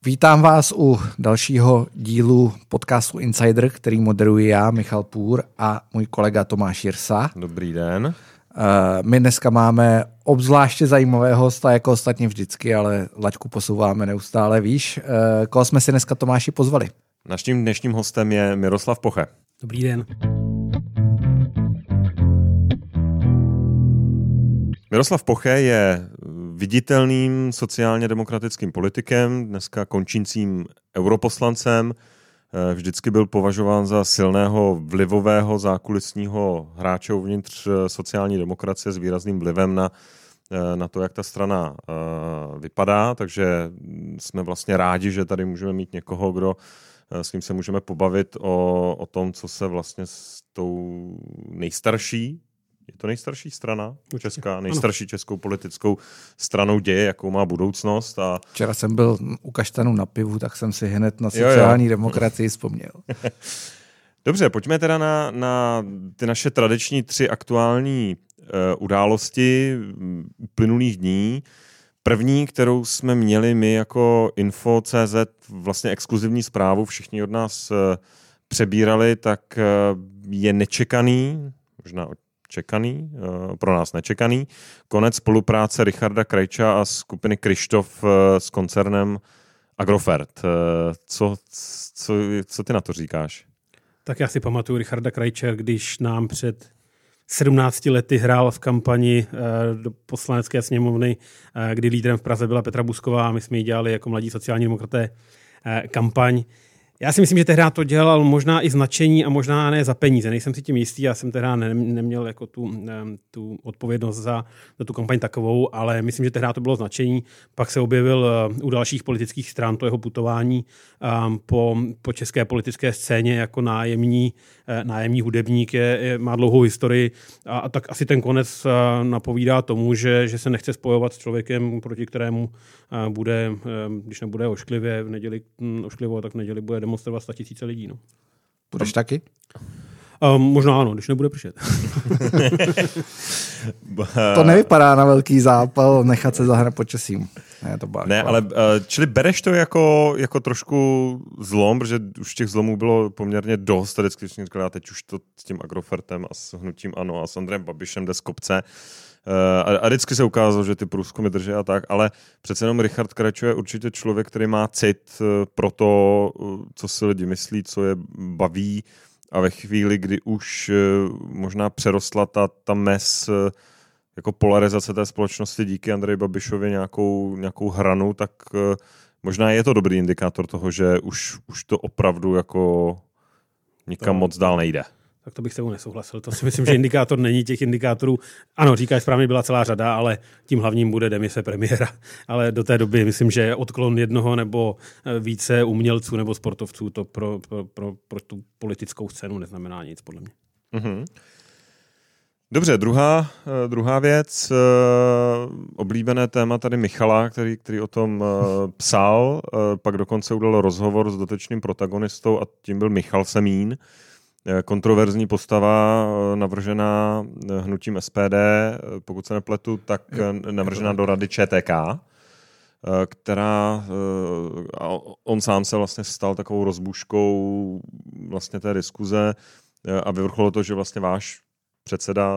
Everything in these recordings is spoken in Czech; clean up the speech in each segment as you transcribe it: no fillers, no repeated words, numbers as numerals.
Vítám vás u dalšího dílu podcastu Insider, který moderuji já, Michal Půr, a můj kolega Tomáš Jirsa. Dobrý den. My dneska máme obzvláště zajímavého hosta, jako ostatně vždycky, ale laťku posouváme neustále výš. Koho jsme si dneska, Tomáši, pozvali? Naším dnešním hostem je Miroslav Poche. Dobrý den. Miroslav Poche je viditelným sociálně demokratickým politikem, dneska končícím europoslancem. Vždycky byl považován za silného vlivového zákulisního hráče uvnitř sociální demokracie s výrazným vlivem na to, jak ta strana vypadá, takže jsme vlastně rádi, že tady můžeme mít někoho, s kým se můžeme pobavit o tom, co se vlastně s tou nejstarší, je to nejstarší strana česká, nejstarší českou politickou stranou děje, jakou má budoucnost. Včera jsem byl u Kaštanu na pivu, tak jsem si hned na sociální demokracii vzpomněl. Dobře, pojďme teda na ty naše tradiční 3 aktuální události uplynulých dní. První, kterou jsme měli my jako Info.cz, vlastně exkluzivní zprávu, všichni od nás přebírali, tak je nečekaný, možná čekaný, pro nás nečekaný, konec spolupráce Richarda Krejča a skupiny Kryštof s koncernem Agrofert. Co ty na to říkáš? Tak já si pamatuju Richarda Krejče, když nám před 17 lety hrál v kampani do poslanecké sněmovny, kdy lídrem v Praze byla Petra Buzková a my jsme ji dělali jako mladí sociální demokraté kampaň. Já si myslím, že tehdy to dělal možná i značení a možná ne za peníze. Nejsem si tím jistý, já jsem tehdy neměl jako tu odpovědnost za tu kampaň takovou, ale myslím, že tehdy to bylo značení. Pak se objevil u dalších politických stran to jeho putování po české politické scéně jako nájemní hudebník, má dlouhou historii a tak asi ten konec napovídá tomu, že se nechce spojovat s člověkem, proti kterému bude, když nebude ošklivo, tak v neděli bude demonstrovat 100 000 lidí. No. Budeš taky? Možná ano, když nebude pršet. To nevypadá na velký zápal nechat se zahrát počasím. Ne, ale čili bereš to jako trošku zlom, protože už těch zlomů bylo poměrně dost, a teď už to s tím Agrofertem a s hnutím ANO a s Andrejem Babišem jde z kopce. A vždycky se ukázalo, že ty průzkumy drží a tak, ale přece jenom Richard Krejčo je určitě člověk, který má cit pro to, co si lidi myslí, co je baví, a ve chvíli, kdy už možná přerostla ta mez jako polarizace té společnosti díky Andreji Babišovi nějakou hranu, tak možná je to dobrý indikátor toho, že už to opravdu jako nikam moc dál nejde. Tak to bych s tebou nesouhlasil. To si myslím, že indikátor není, těch indikátorů. Ano, říkáš správně, byla celá řada, ale tím hlavním bude demise premiéra. Ale do té doby myslím, že odklon jednoho nebo více umělců nebo sportovců to pro tu politickou scénu neznamená nic, podle mě. Mm-hmm. Dobře, druhá věc, oblíbené téma tady Michala, který o tom psal, pak dokonce udal rozhovor s dotyčným protagonistou a tím byl Michal Semín, kontroverzní postava navržená hnutím SPD, pokud se nepletu, tak navržená do rady ČTK, která, on sám se vlastně stal takovou rozbuškou vlastně té diskuze a vyvrcholilo to, že vlastně váš předseda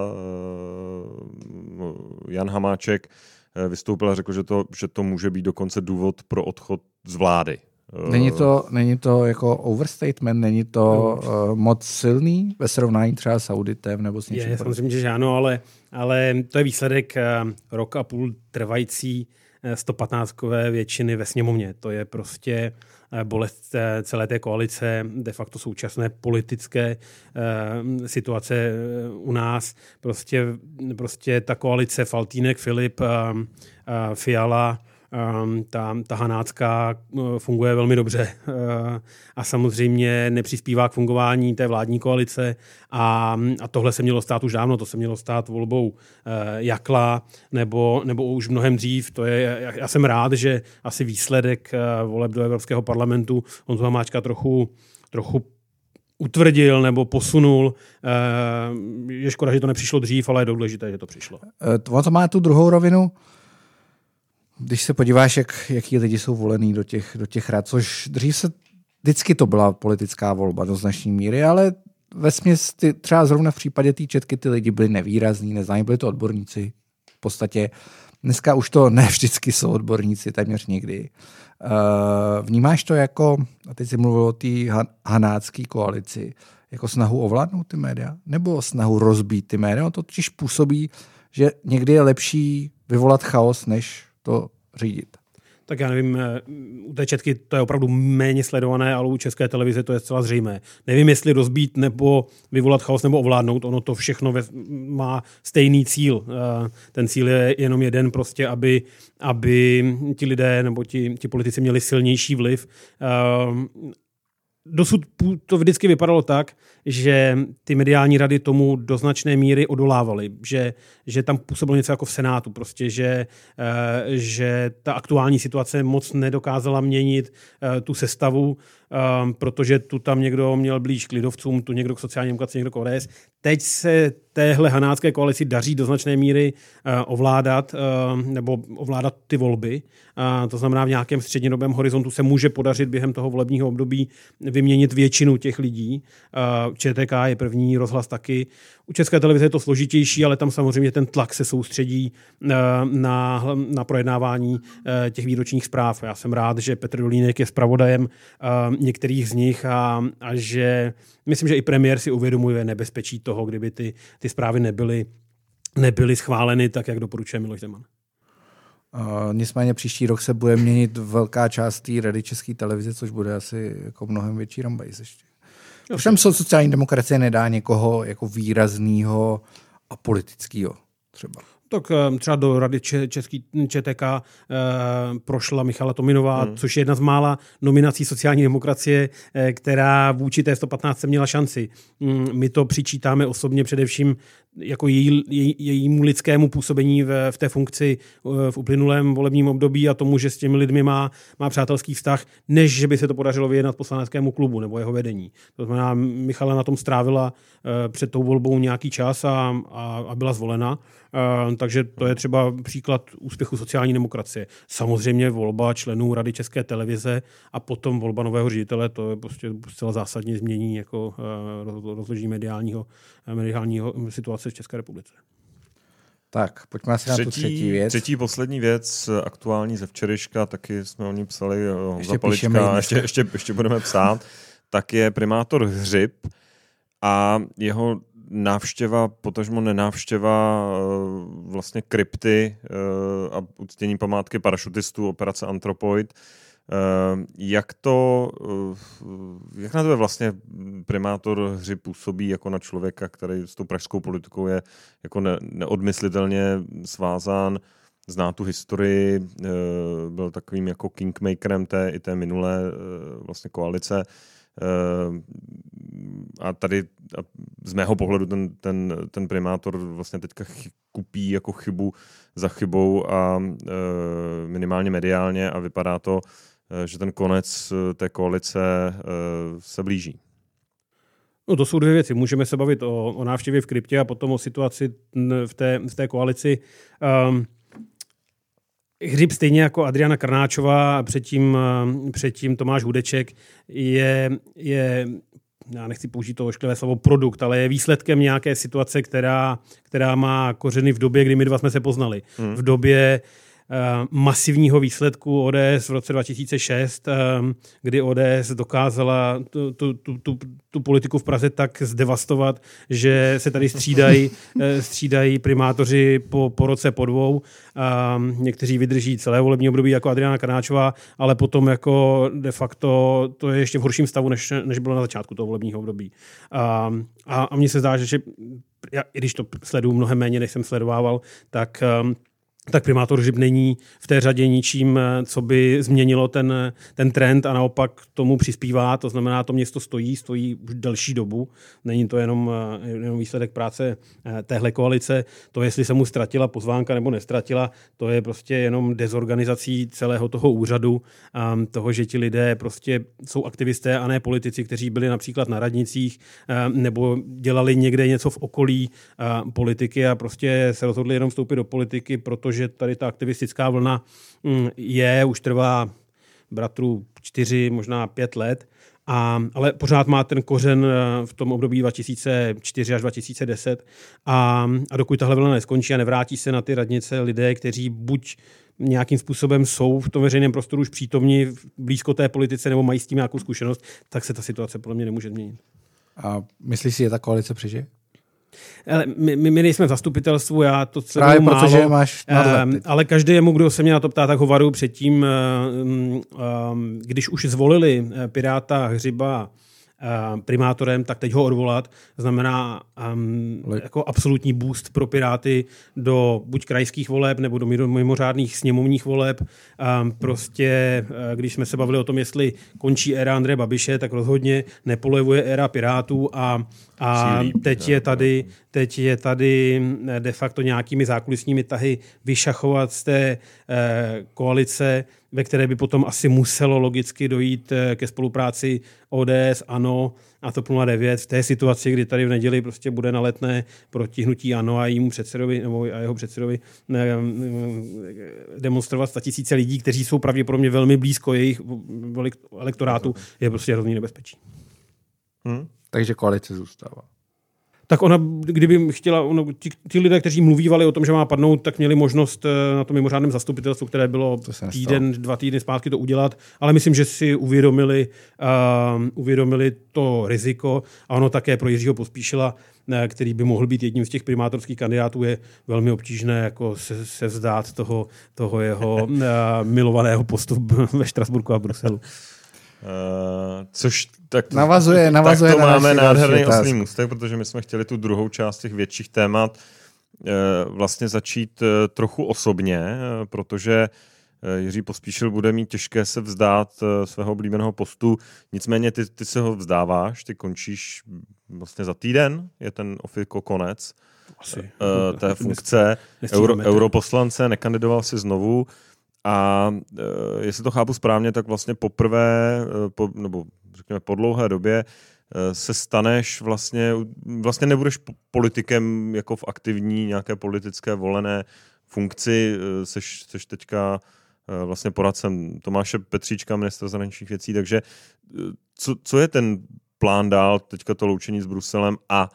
Jan Hamáček vystoupil a řekl, že to může být dokonce důvod pro odchod z vlády. Není to jako overstatement, není to moc silný ve srovnání třeba s auditem nebo s něčím? Samozřejmě, že ano, ale to je výsledek rok a půl trvající 115kové většiny ve sněmovně. To je prostě bolest celé té koalice, de facto současné politické situace u nás. Prostě ta koalice Faltýnek, Filip, Fiala, ta hanácká funguje velmi dobře a samozřejmě nepřispívá k fungování té vládní koalice a tohle se mělo stát už dávno, to se mělo stát volbou Jakla nebo už mnohem dřív. Já jsem rád, že asi výsledek voleb do Evropského parlamentu Honzu Hamáčka trochu utvrdil nebo posunul. Je škoda, že to nepřišlo dřív, ale je důležité, že to přišlo. To má tu druhou rovinu. Když se podíváš, jaký lidi jsou volený do těch rad, což dřív se vždycky to byla politická volba do značné míry, ale vesměs třeba zrovna v případě té Četky ty lidi byli nevýrazní, neznámí, byli to odborníci. V podstatě dneska už to ne vždycky jsou odborníci, téměř nikdy. Vnímáš to jako, a teď jsi mluvil o té hanácké koalici, jako snahu ovládnout ty média? Nebo snahu rozbít ty média? No to totiž působí, že někdy je lepší vyvolat chaos, než to řídit. Tak já nevím, u té Četky to je opravdu méně sledované, ale u České televize to je zcela zřejmé. Nevím, jestli rozbít nebo vyvolat chaos nebo ovládnout, ono to všechno má stejný cíl. Ten cíl je jenom jeden, prostě, aby ti lidé nebo ti politici měli silnější vliv. Dosud to vždycky vypadalo tak, že ty mediální rady tomu do značné míry odolávaly, že tam působilo něco jako v Senátu, prostě, že ta aktuální situace moc nedokázala měnit tu sestavu, protože tu tam někdo měl blíž k lidovcům, tu někdo k sociální demokracii, někdo k ODS. Teď se téhle hanácké koalici daří do značné míry ovládat ty volby. To znamená, v nějakém střednědobém horizontu se může podařit během toho volebního období vyměnit většinu těch lidí. ČTK je první, rozhlas taky. U České televize je to složitější, ale tam samozřejmě ten tlak se soustředí na projednávání těch výročních zpráv. Já jsem rád, že Petr Dolínek je zpravodajem některých z nich a že myslím, že i premiér si uvědomuje nebezpečí toho, kdyby ty zprávy nebyly schváleny tak, jak doporučuje Miloš Zeman. Nicméně příští rok se bude měnit velká část té rady České televize, což bude asi jako mnohem větší rambajs ještě. Všem sociální demokracie nedá někoho jako výraznýho a politického třeba. Tak třeba do rady ČTK prošla Michala Tominová, což je jedna z mála nominací sociální demokracie, která vůči té 115 měla šanci. My to přičítáme osobně především jako jejímu lidskému působení v té funkci v uplynulém volebním období a tomu, že s těmi lidmi má přátelský vztah, než že by se to podařilo vyjednat poslaneckému klubu nebo jeho vedení. To znamená, Michala na tom strávila před tou volbou nějaký čas a byla zvolena. Takže to je třeba příklad úspěchu sociální demokracie. Samozřejmě volba členů Rady České televize a potom volba nového ředitele, to je prostě zcela zásadně změní jako rozložení mediálního situace v České republice. Tak, pojďme asi na tu třetí věc. Třetí poslední věc, aktuální ze včerejška, taky jsme o ní psali Honza Palička, ještě budeme psát, tak je primátor Hřib a jeho návštěva, potažmo nenávštěva vlastně krypty a uctění památky parašutistů operace Anthropoid. Jak na to vlastně primátor Hřib působí jako na člověka, který s tou pražskou politikou je jako neodmyslitelně svázán, zná tu historii, byl takovým jako kingmakerem té minulé vlastně koalice. A tady z mého pohledu ten primátor vlastně teďka kupí jako chybu za chybou a minimálně mediálně a vypadá to, že ten konec té koalice se blíží. No to jsou dvě věci. Můžeme se bavit o návštěvě v kryptě a potom o situaci v té koalici. Hřib stejně jako Adriana Krnáčová a předtím Tomáš Hudeček je já nechci použít to ošklivé slovo produkt, ale je výsledkem nějaké situace, která má kořeny v době, kdy my dva jsme se poznali. V době masivního výsledku ODS v roce 2006, kdy ODS dokázala tu politiku v Praze tak zdevastovat, že se tady střídají primátoři po roce, po dvou. Někteří vydrží celé volební období jako Adriana Krnáčová, ale potom jako de facto to je ještě v horším stavu, než bylo na začátku toho volebního období. A mně se zdá, že já, i když to sleduju mnohem méně, než jsem sledovával, tak primátor Hřib není v té řadě ničím, co by změnilo ten trend a naopak tomu přispívá. To znamená, to město stojí už delší dobu. Není to jenom výsledek práce téhle koalice. To, jestli se mu ztratila pozvánka nebo nestratila, to je prostě jenom dezorganizací celého toho úřadu, toho, že ti lidé prostě jsou aktivisté a ne politici, kteří byli například na radnicích nebo dělali někde něco v okolí politiky a prostě se rozhodli jenom vstoupit do politiky, protože protože tady ta aktivistická vlna už trvá bratru 4, možná 5 let, ale pořád má ten kořen v tom období 2004 až 2010 a dokud tahle vlna neskončí a nevrátí se na ty radnice lidé, kteří buď nějakým způsobem jsou v tom veřejném prostoru už přítomní blízko té politice nebo mají s tím nějakou zkušenost, tak se ta situace podle mě nemůže změnit. A myslíš si, že ta koalice přežije? Ale my nejsme v zastupitelstvu, já to sleduju málo. Protože máš ale každému, kdo se mě na to ptá, tak ho varuju předtím, když už zvolili Piráta Hřiba primátorem, tak teď ho odvolat. Znamená jako absolutní boost pro Piráty do buď krajských voleb, nebo do mimořádných sněmovních voleb. Prostě, když jsme se bavili o tom, jestli končí éra Andreje Babiše, tak rozhodně nepolevuje éra Pirátů a teď je tady de facto nějakými zákulisními tahy vyšachovat z té koalice, ve které by potom asi muselo logicky dojít ke spolupráci ODS, ANO a TOP 09 v té situaci, kdy tady v neděli prostě bude na Letné proti hnutí ANO a jejímu předsedovi nebo a jeho předsedovi demonstrovat 100 000 lidí, kteří jsou pravděpodobně velmi blízko jejich elektorátu, je prostě hrozný nebezpečí. Takže koalice zůstává. Tak ona, kdyby chtěla, ti lidé, kteří mluvívali o tom, že má padnout, tak měli možnost na tom mimořádném zastupitelstvu, které bylo týden, 2 týdny zpátky to udělat, ale myslím, že si uvědomili to riziko a ono také pro Jiřího Pospíšila, který by mohl být jedním z těch primátorských kandidátů, je velmi obtížné jako se vzdát toho jeho milovaného postu ve Štrasburku a v Bruselu. Což tak navazuje tak to na máme nádherný oslý můstek, protože my jsme chtěli tu druhou část těch větších témat vlastně začít trochu osobně, protože Jiří Pospíšil bude mít těžké se vzdát svého oblíbeného postu, nicméně ty se ho vzdáváš, ty končíš vlastně za týden, je ten ofiko konec té funkce europoslance, nekandidoval si znovu. A jestli to chápu správně, tak vlastně poprvé, nebo řekněme po dlouhé době, se staneš vlastně nebudeš politikem jako v aktivní nějaké politické volené funkci, seš teďka vlastně poradcem Tomáše Petříčka, ministra zahraničních věcí, takže co je ten plán dál, teďka to loučení s Bruselem a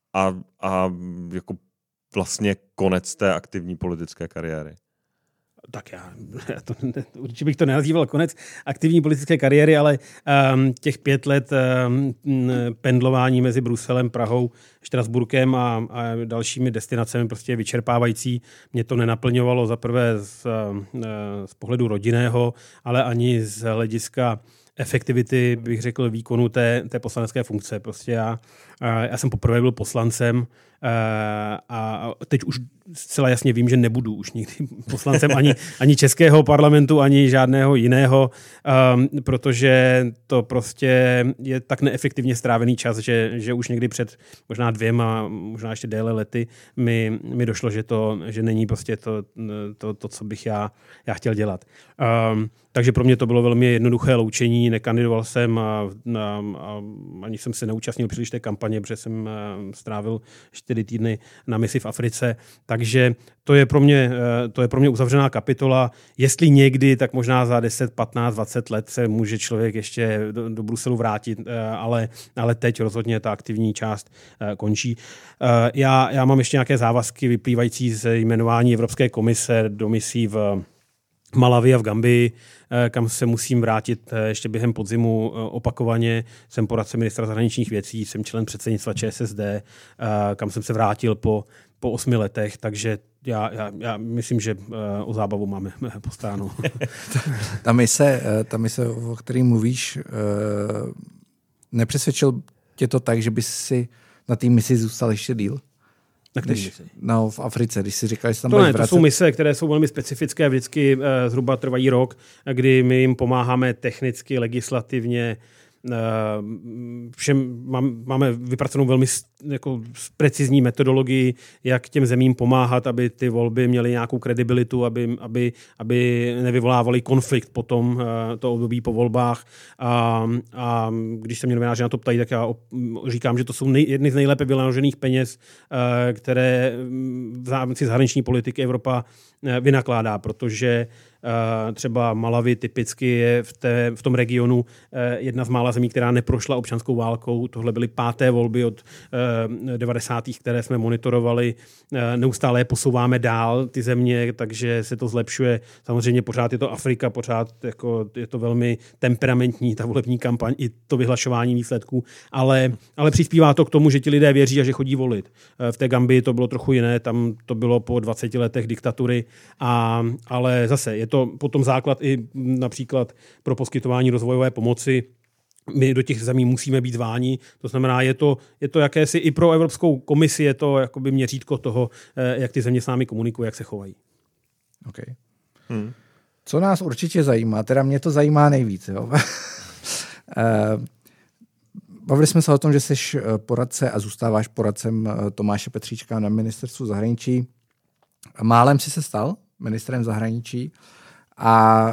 jako vlastně konec té aktivní politické kariéry? Tak určitě bych to nenazýval konec aktivní politické kariéry, ale těch 5 let pendlování mezi Bruselem, Prahou, Štrasburkem a dalšími destinacemi prostě je vyčerpávající. Mě to nenaplňovalo za prvé z pohledu rodinného, ale ani z hlediska efektivity, bych řekl, výkonu té poslanecké funkce. Prostě já jsem poprvé byl poslancem a teď už zcela jasně vím, že nebudu už nikdy poslancem ani českého parlamentu, ani žádného jiného, protože to prostě je tak neefektivně strávený čas, že už někdy před možná 2, možná ještě déle lety mi došlo, že není prostě to, co bych já chtěl dělat. Takže pro mě to bylo velmi jednoduché loučení, nekandidoval jsem a ani jsem se neúčastnil příliš té kampaně, protože jsem strávil 4 týdny na misi v Africe, takže to je pro mě uzavřená kapitola. Jestli někdy, tak možná za 10, 15, 20 let se může člověk ještě do Bruselu vrátit, ale teď rozhodně ta aktivní část končí. Já mám ještě nějaké závazky vyplývající z jmenování Evropské komise do misí v Malawi a v Gambii, kam se musím vrátit ještě během podzimu opakovaně. Jsem poradce ministra zahraničních věcí, jsem člen předsednictva ČSSD, kam jsem se vrátil po 8 letech, takže já myslím, že o zábavu máme postaráno. Ta mise, o které mluvíš, nepřesvědčil tě to tak, že bys si na té misi zůstal ještě díl? V Africe, když si říkal, že tam to jsou mise, které jsou velmi specifické, vždycky zhruba trvají rok, kdy my jim pomáháme technicky, legislativně, všem máme vypracovanou velmi jako precizní metodologii, jak těm zemím pomáhat, aby ty volby měly nějakou kredibilitu, aby nevyvolávaly konflikt potom to období po volbách. A když se mě novináři na to ptají, tak já říkám, že to jsou jedny z nejlépe vynaložených peněz, které v rámci zahraniční politiky Evropa vynakládá, protože třeba Malawi typicky je v tom regionu jedna z mála zemí, která neprošla občanskou válkou. Tohle byly 5. volby od 90. které jsme monitorovali. Neustále je posouváme dál, ty země, takže se to zlepšuje. Samozřejmě pořád je to Afrika, pořád jako je to velmi temperamentní, ta volební kampaň i to vyhlašování výsledků, ale přispívá to k tomu, že ti lidé věří a že chodí volit. V té Gambii to bylo trochu jiné, tam to bylo po 20 letech diktatury, ale zase je to potom základ i například pro poskytování rozvojové pomoci. My do těch zemí musíme být zváni, to znamená, je to jakési i pro Evropskou komisi je to jakoby měřítko toho, jak ty země s námi komunikují, jak se chovají. Okay. Co nás určitě zajímá, teda mě to zajímá nejvíc, jo? Bavili jsme se o tom, že jsi poradce a zůstáváš poradcem Tomáše Petříčka na ministerstvu zahraničí. Málem si se stal ministrem zahraničí a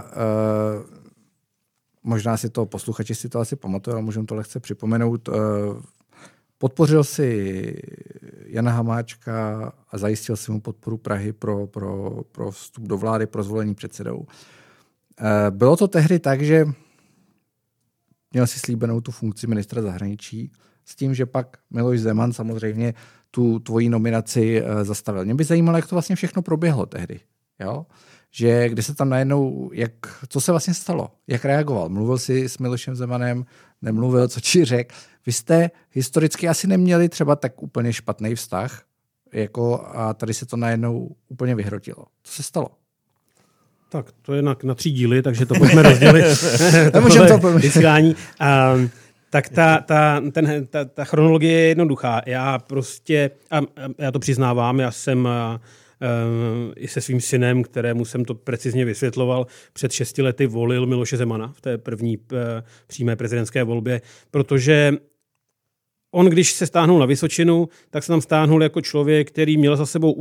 možná si to posluchači si to asi pamatují, ale můžeme to lehce připomenout. Podpořil si Jana Hamáčka a zajistil si mu podporu Prahy pro vstup do vlády, pro zvolení předsedou. Bylo to tehdy tak, že měl si slíbenou tu funkci ministra zahraničí s tím, že pak Miloš Zeman samozřejmě tu tvoji nominaci zastavil. Mě by zajímalo, jak to vlastně všechno proběhlo tehdy. Jo? Že kdy se tam najednou, co se vlastně stalo? Jak reagoval? Mluvil jsi s Milošem Zemanem? Nemluvil? Co ti řekl? Vy jste historicky asi neměli třeba tak úplně špatný vztah, a tady se to najednou úplně vyhrotilo. Co se stalo? Tak, to je na 3 díly, takže to pojďme rozdělit. Vysílání. Tak ta chronologie je jednoduchá. Já to přiznávám, já jsem i se svým synem, kterému jsem to precizně vysvětloval, před 6 lety volil Miloše Zemana v té první přímé prezidentské volbě, protože on, když se stáhnul na Vysočinu, tak se tam stáhnul jako člověk, který měl za sebou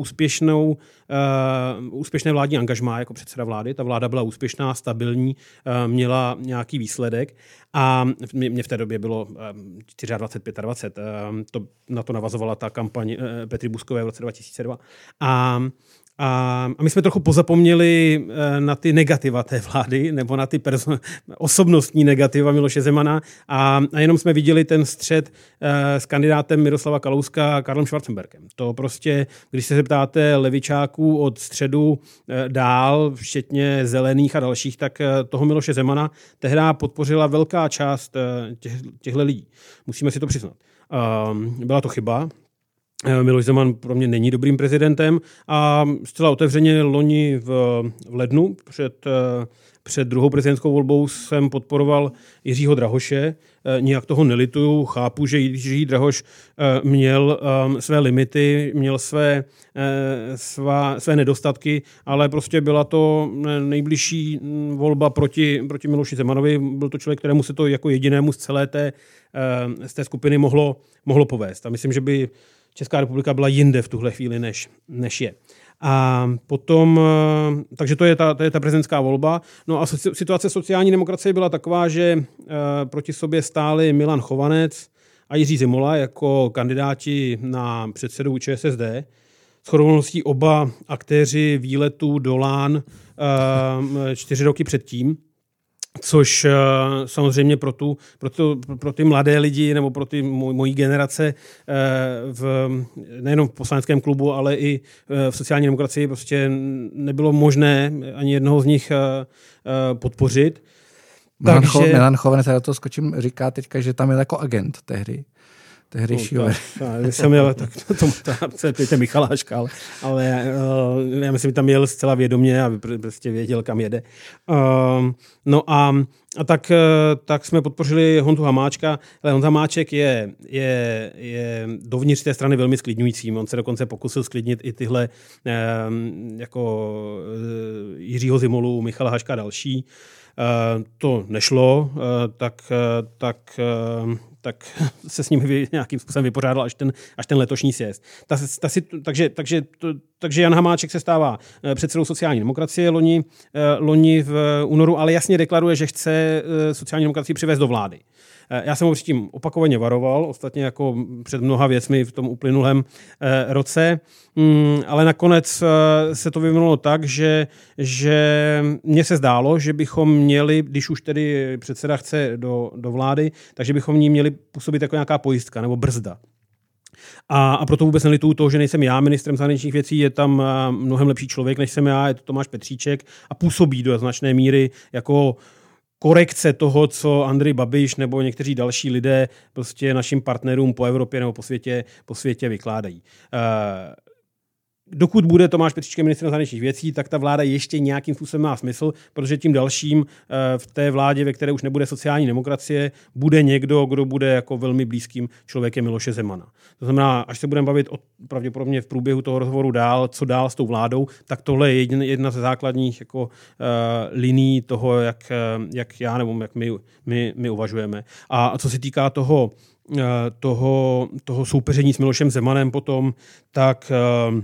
úspěšné vládní angažmá jako předseda vlády. Ta vláda byla úspěšná, stabilní, měla nějaký výsledek a mě v té době bylo 24, 25. Na to navazovala ta kampaň Petry Buzkové v roce 2002. A my jsme trochu pozapomněli na ty negativa té vlády, nebo na ty osobnostní negativa Miloše Zemana a jenom jsme viděli ten střet s kandidátem Miroslava Kalouska a Karlem Schwarzenbergem. To prostě, když se zeptáte levičáků od středu dál, včetně zelených a dalších, tak toho Miloše Zemana tehdy podpořila velká část těchto lidí. Musíme si to přiznat. Byla to chyba. Miloš Zeman pro mě není dobrým prezidentem a zcela otevřeně loni v lednu před druhou prezidentskou volbou jsem podporoval Jiřího Drahoše. Nijak toho nelituju, chápu, že Jiří Drahoš měl své limity, měl své nedostatky, ale prostě byla to nejbližší volba proti Miloši Zemanovi. Byl to člověk, kterému se to jako jedinému z celé z té skupiny mohlo povést. A myslím, že by Česká republika byla jinde v tuhle chvíli, než je. A potom, takže to je ta prezidentská volba. No a situace sociální demokracie byla taková, že proti sobě stáli Milan Chovanec a Jiří Zimola jako kandidáti na předsedu ČSSD. Shodou okolností oba aktéři výletu do Lán 4 roky předtím. Což samozřejmě pro ty mladé lidi nebo pro ty mojí generace nejenom v poslaneckém klubu, ale i v sociální demokracii prostě nebylo možné ani jednoho z nich podpořit. Milan Chovanec, já do toho skočím, říká teďka, že tam je jako agent tehdy. Tehdejšího. Jsem jel, tak to je Michaláška, ale já myslím, že tam jel zcela vědomě, aby prostě věděl, kam jede. No a tak jsme podpořili Honzu Hamáčka, ale Honza Hamáček je dovnitř té strany velmi sklidňujícím. On se dokonce pokusil sklidnit i tyhle jako Jiřího Zimolu, Michala Haška a další. to nešlo, tak se s ním nějakým způsobem vypořádal až ten letošní sjezd. Takže Jan Hamáček se stává předsedou sociální demokracie loni v únoru, ale jasně deklaruje, že chce sociální demokracii přivést do vlády. Já jsem ho předtím opakovaně varoval, ostatně jako před mnoha věcmi v tom uplynulém roce, ale nakonec se to vyvinulo tak, že mně se zdálo, že bychom měli, když už tedy předseda chce do vlády, takže bychom ní měli působit jako nějaká pojistka nebo brzda. A proto vůbec nelituju toho, že nejsem já ministrem zahraničních věcí, je tam mnohem lepší člověk, než jsem já, je to Tomáš Petříček a působí do značné míry jako korekce toho, co Andrej Babiš nebo někteří další lidé prostě našim partnerům po Evropě nebo po světě vykládají. Dokud bude Tomáš Petříček ministrem zahraničních věcí, tak ta vláda ještě nějakým způsobem má smysl, protože tím dalším v té vládě, ve které už nebude sociální demokracie, bude někdo, kdo bude jako velmi blízkým člověkem Miloše Zemana. To znamená, až se budeme bavit pravděpodobně v průběhu toho rozhovoru dál, co dál s tou vládou, tak tohle je jedna ze základních jako, linií toho, jak já nebo jak my uvažujeme. A co se týká toho soupeření s Milošem Zemanem potom, tak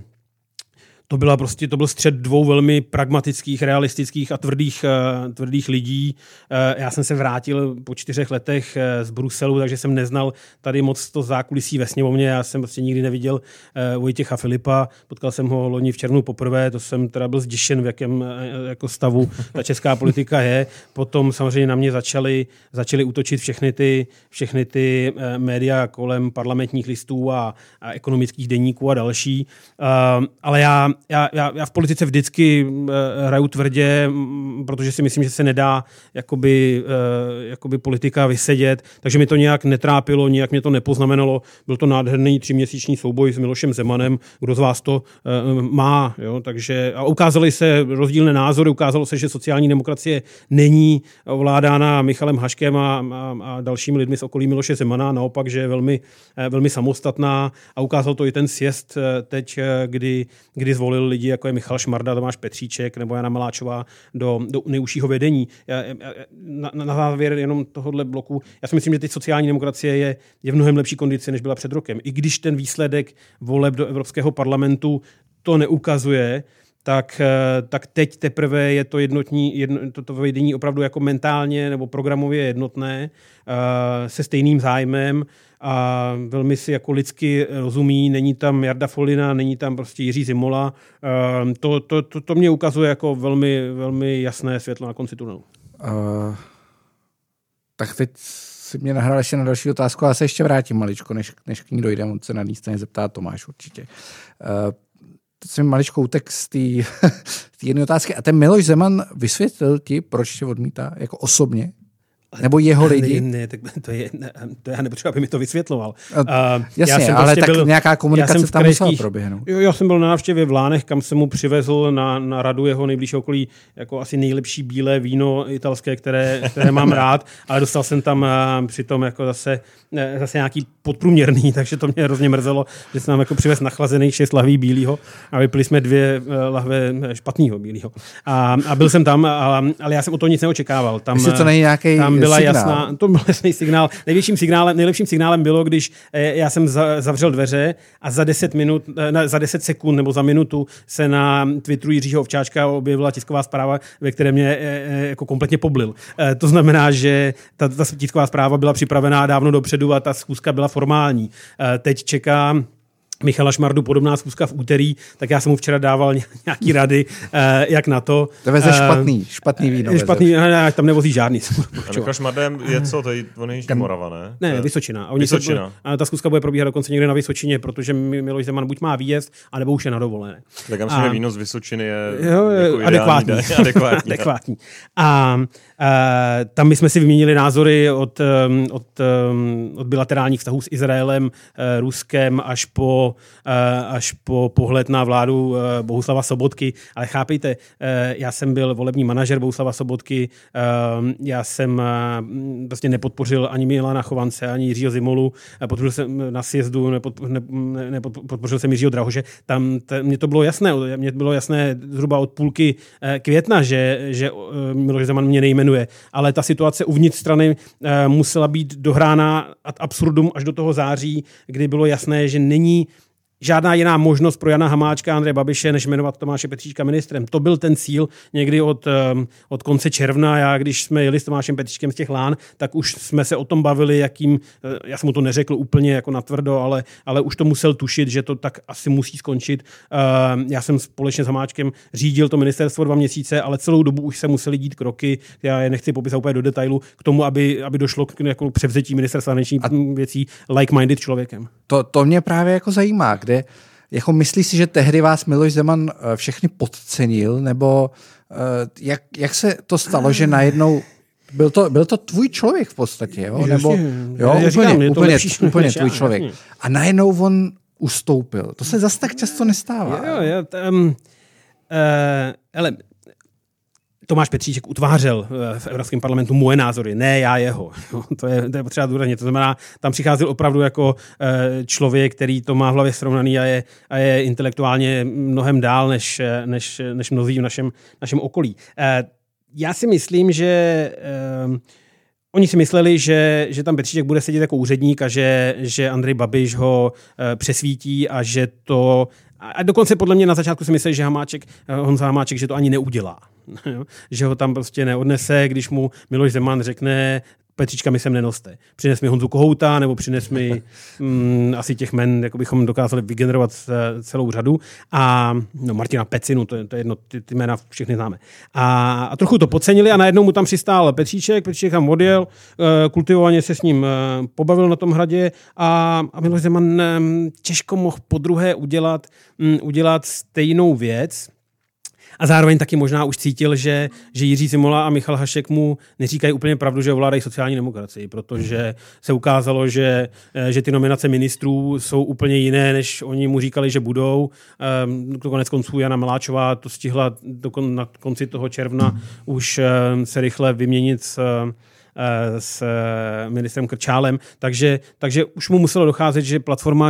to byl střet dvou velmi pragmatických, realistických a tvrdých lidí. Já jsem se vrátil po 4 letech z Bruselu, takže jsem neznal tady moc to zákulisí ve sněmovně. Já jsem prostě nikdy neviděl Vojtěcha Filipa. Potkal jsem ho loni v červnu poprvé, to jsem teda byl zděšen, v jakém jako stavu ta česká politika je. Potom samozřejmě na mě začaly útočit všechny ty média kolem parlamentních listů a ekonomických deníků a další. Ale já v politice vždycky hraju tvrdě, protože si myslím, že se nedá jakoby politika vysedět, takže mi to nějak netrápilo, nějak mě to nepoznamenalo. Byl to nádherný 3měsíční souboj s Milošem Zemanem, kdo z vás to má. Jo? Takže, a ukázaly se rozdílné názory, ukázalo se, že sociální demokracie není ovládána Michalem Haškem a dalšími lidmi z okolí Miloše Zemana, naopak, že je velmi, velmi samostatná a ukázal to i ten sjezd teď, kdy zvolil lidi, jako je Michal Šmarda, Tomáš Petříček nebo Jana Maláčová do nejúžšího vedení. Na závěr jenom tohohle bloku. Já si myslím, že teď sociální demokracie je v mnohem lepší kondici, než byla před rokem. I když ten výsledek voleb do Evropského parlamentu to neukazuje, tak teď teprve je to to vedení opravdu jako mentálně nebo programově jednotné, se stejným zájmem a velmi si jako lidsky rozumí. Není tam Jarda Folina, není tam prostě Jiří Zimola. To mě ukazuje jako velmi, velmi jasné světlo na konci tunelu. Tak teď si mě nahrál ještě na další otázku a já se ještě vrátím maličko, než k ní dojdeme. On se na ní stejně zeptá Tomáš určitě. Teď jsem maličko utek z té jedné otázky. A ten Miloš Zeman vysvětlil ti, proč tě odmítá jako osobně? Nebo jeho lidi? Ne, tak to já nepotřebuji, aby mi to vysvětloval. Jasně, ale tak nějaká komunikace tam musela proběhnout. Já jsem byl na návštěvě v Lánech, kam jsem mu přivezl na radu jeho nejbližšího okolí jako asi nejlepší bílé víno italské, které mám rád, ale dostal jsem tam přitom jako zase nějaký podprůměrný, takže to mě hrozně mrzelo, že jsem nám jako přivez nachlazených 6 lahví bílýho a vypili jsme 2 lahve špatným bílýho. A byl jsem tam, ale já jsem o to nic neočekával. Tam to není nějaký byla signál. Jasná, to byl jasný signál. Nejlepším signálem bylo, když já jsem zavřel dveře a za 10 sekund nebo za minutu se na Twitteru Jiřího Ovčáčka objevila tisková zpráva, ve které mě jako kompletně poblil. To znamená, že ta tisková zpráva byla připravená dávno dopředu a ta schůzka byla formální. Teď čeká Michala Šmardu podobná schůzka v úterý, tak já jsem mu včera dával nějaký rady, jak na to. To veze špatný víno. Špatný, tam nevozí žádný. A Michal Šmardem je co? On je Jižní Morava, ne? Ne, Vysočina. A ta schůzka bude probíhat dokonce někde na Vysočině, protože Miloš Zeman buď má výjezd, anebo už je na dovolené. Tak já myslím, že víno z Vysočiny je jako adekvátní. A tam my jsme si vyměnili názory od bilaterálních vztahů s Izraelem, Ruskem až po až po pohled na vládu Bohuslava Sobotky. Ale chápejte, já jsem byl volební manažer Bohuslava Sobotky, já jsem prostě nepodpořil ani Milana Chovance, ani Jiřího Zimolu, podpořil jsem na sjezdu, nepodpořil jsem Jiřího Drahoše. Mně to bylo jasné, mně bylo jasné zhruba od půlky května, že Miloš Zeman mě nejmenuje, ale ta situace uvnitř strany musela být dohrána ad absurdum až do toho září, kdy bylo jasné, že není žádná jiná možnost pro Jana Hamáčka a Andreje Babiše, než jmenovat Tomáše Petříčka ministrem. To byl ten cíl někdy od konce června. Já, když jsme jeli s Tomášem Petříčkem z těch Lán, tak už jsme se o tom bavili, já jsem mu to neřekl úplně jako natvrdo, ale už to musel tušit, že to tak asi musí skončit. Já jsem společně s Hamáčkem řídil to ministerstvo 2 měsíce, ale celou dobu už se museli dít kroky, já je nechci popisat úplně do detailu, k tomu, aby došlo k jako převzetí ministerstva zahraničních věcí like-minded člověkem. To mě právě jako zajímá, kde jako myslíš si, že tehdy vás Miloš Zeman všechny podcenil, nebo jak se to stalo, že najednou byl to tvůj člověk v podstatě, jo? Nebo úplně tvůj člověk. A najednou on ustoupil. To se zase tak často nestává. Ale Tomáš Petříček utvářel v Evropském parlamentu moje názory, ne já jeho. To je potřeba důraznit. To znamená, tam přicházel opravdu jako člověk, který to má v hlavě srovnaný a je intelektuálně mnohem dál než mnozí v našem okolí. Já si myslím, že oni si mysleli, že tam Petříček bude sedět jako úředník a že Andrej Babiš ho přesvítí a že to... A dokonce podle mě na začátku si mysleli, že Honza Hamáček, že to ani neudělá. Že ho tam prostě neodnese, když mu Miloš Zeman řekne, Petříčka mi sem nenoste. Přines mi Honzu Kohouta, nebo přines mi asi těch men, jako bychom dokázali vygenerovat celou řadu. A Martina Pecinu, to je jedno, ty jména všechny známe. A trochu to podcenili a najednou mu tam přistál Petříček tam odjel, kultivovaně se s ním pobavil na tom hradě a Miloš Zeman těžko mohl podruhé udělat stejnou věc. A zároveň taky možná už cítil, že Jiří Zimola a Michal Hašek mu neříkají úplně pravdu, že ovládají sociální demokracii, protože se ukázalo, že ty nominace ministrů jsou úplně jiné, než oni mu říkali, že budou. Konec konců Jana Maláčová to stihla na konci toho června už se rychle vyměnit s ministrem Krčálem, takže už mu muselo docházet, že platforma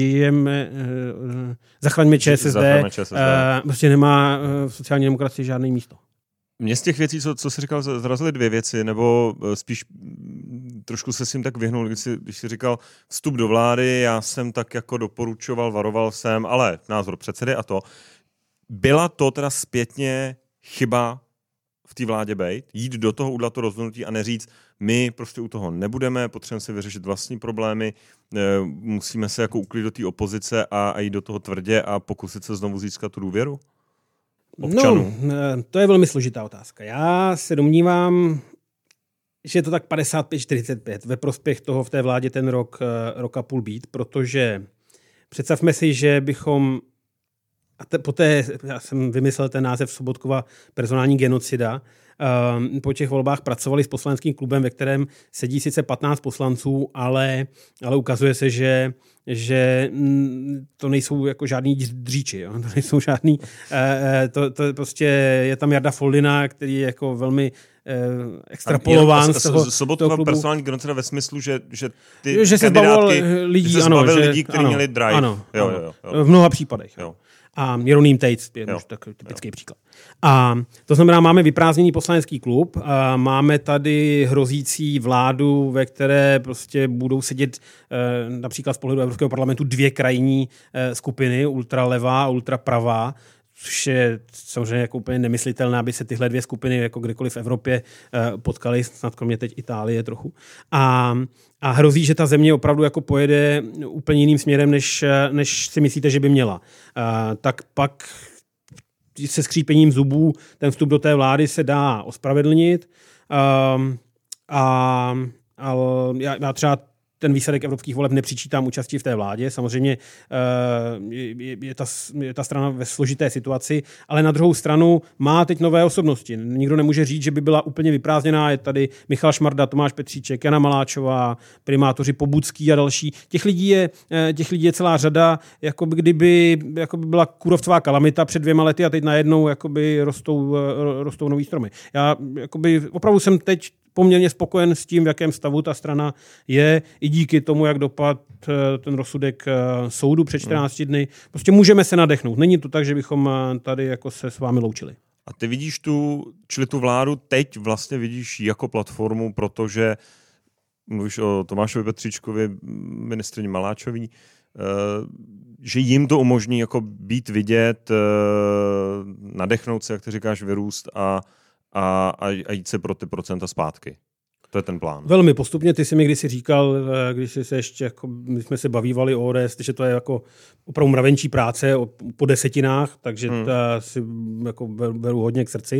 Zachraňme ČSSD prostě nemá v sociální demokracii žádné místo. Mně z těch věcí, co jsi říkal, zrazily 2 věci, nebo spíš trošku se s tím tak vyhnul, když jsi říkal vstup do vlády, já jsem tak jako doporučoval, varoval jsem, ale názor předsedy a to. Byla to teda zpětně chyba v té vládě bejt, jít do toho, udělat to rozhodnutí a neříct, my prostě u toho nebudeme, potřebujeme si vyřešit vlastní problémy, musíme se jako uklidit do té opozice a jít do toho tvrdě a pokusit se znovu získat tu důvěru občanů? No, to je velmi složitá otázka. Já se domnívám, že je to tak 55-45 ve prospěch toho v té vládě ten rok a půl být, protože představme si, že bychom poté, já jsem vymyslel ten název Sobotkova personální genocida, po těch volbách pracovali s poslaneckým klubem, ve kterém sedí sice 15 poslanců, ale ukazuje se, že to nejsou jako žádný dříči, jo? To nejsou žádný, to prostě je tam Jarda Foldina, který je jako velmi extrapolován z toho Sobotkova klubu. personální genocida ve smyslu, že se kandidátky, lidí, kteří měli drive. Ano. Jo. V mnoha případech. Jo. A Jeroným Tejc je už takový typický příklad. A to znamená, máme vyprázdněný poslanecký klub, a máme tady hrozící vládu, ve které prostě budou sedět například z pohledu Evropského parlamentu 2 krajní skupiny, ultralevá a ultrapravá, což je samozřejmě jako úplně nemyslitelné, aby se tyhle 2 skupiny jako kdekoliv v Evropě potkaly, snad kromě teď Itálie trochu. A hrozí, že ta země opravdu jako pojede úplně jiným směrem, než si myslíte, že by měla. Tak pak se skřípením zubů ten vstup do té vlády se dá ospravedlnit. Já třeba ten výsledek evropských voleb nepřičítám účasti v té vládě. Samozřejmě je ta strana ve složité situaci, ale na druhou stranu má teď nové osobnosti. Nikdo nemůže říct, že by byla úplně vyprázdněná. Je tady Michal Šmarda, Tomáš Petříček, Jana Maláčová, primátoři Pobudský a další. Těch lidí je celá řada, jako by byla kůrovcová kalamita před 2 lety a teď najednou rostou nový stromy. Já opravdu jsem teď poměrně spokojen s tím, v jakém stavu ta strana je, i díky tomu, jak dopadl ten rozsudek soudu před 14 dny. Prostě můžeme se nadechnout. Není to tak, že bychom tady jako se s vámi loučili. A ty vidíš tu vládu teď vlastně vidíš jako platformu, protože mluvíš o Tomášovi Petříčkovi, ministryni Maláčový, že jim to umožní jako být vidět, nadechnout se, jak ty říkáš, vyrůst a jít se pro ty procenta zpátky. To je ten plán. Velmi postupně. Ty jsi mi kdysi říkal, když jsi se ještě, jako, my jsme se bavívali o ODS, že to je jako opravdu mravenčí práce po desetinách, takže to si jako beru hodně k srdci.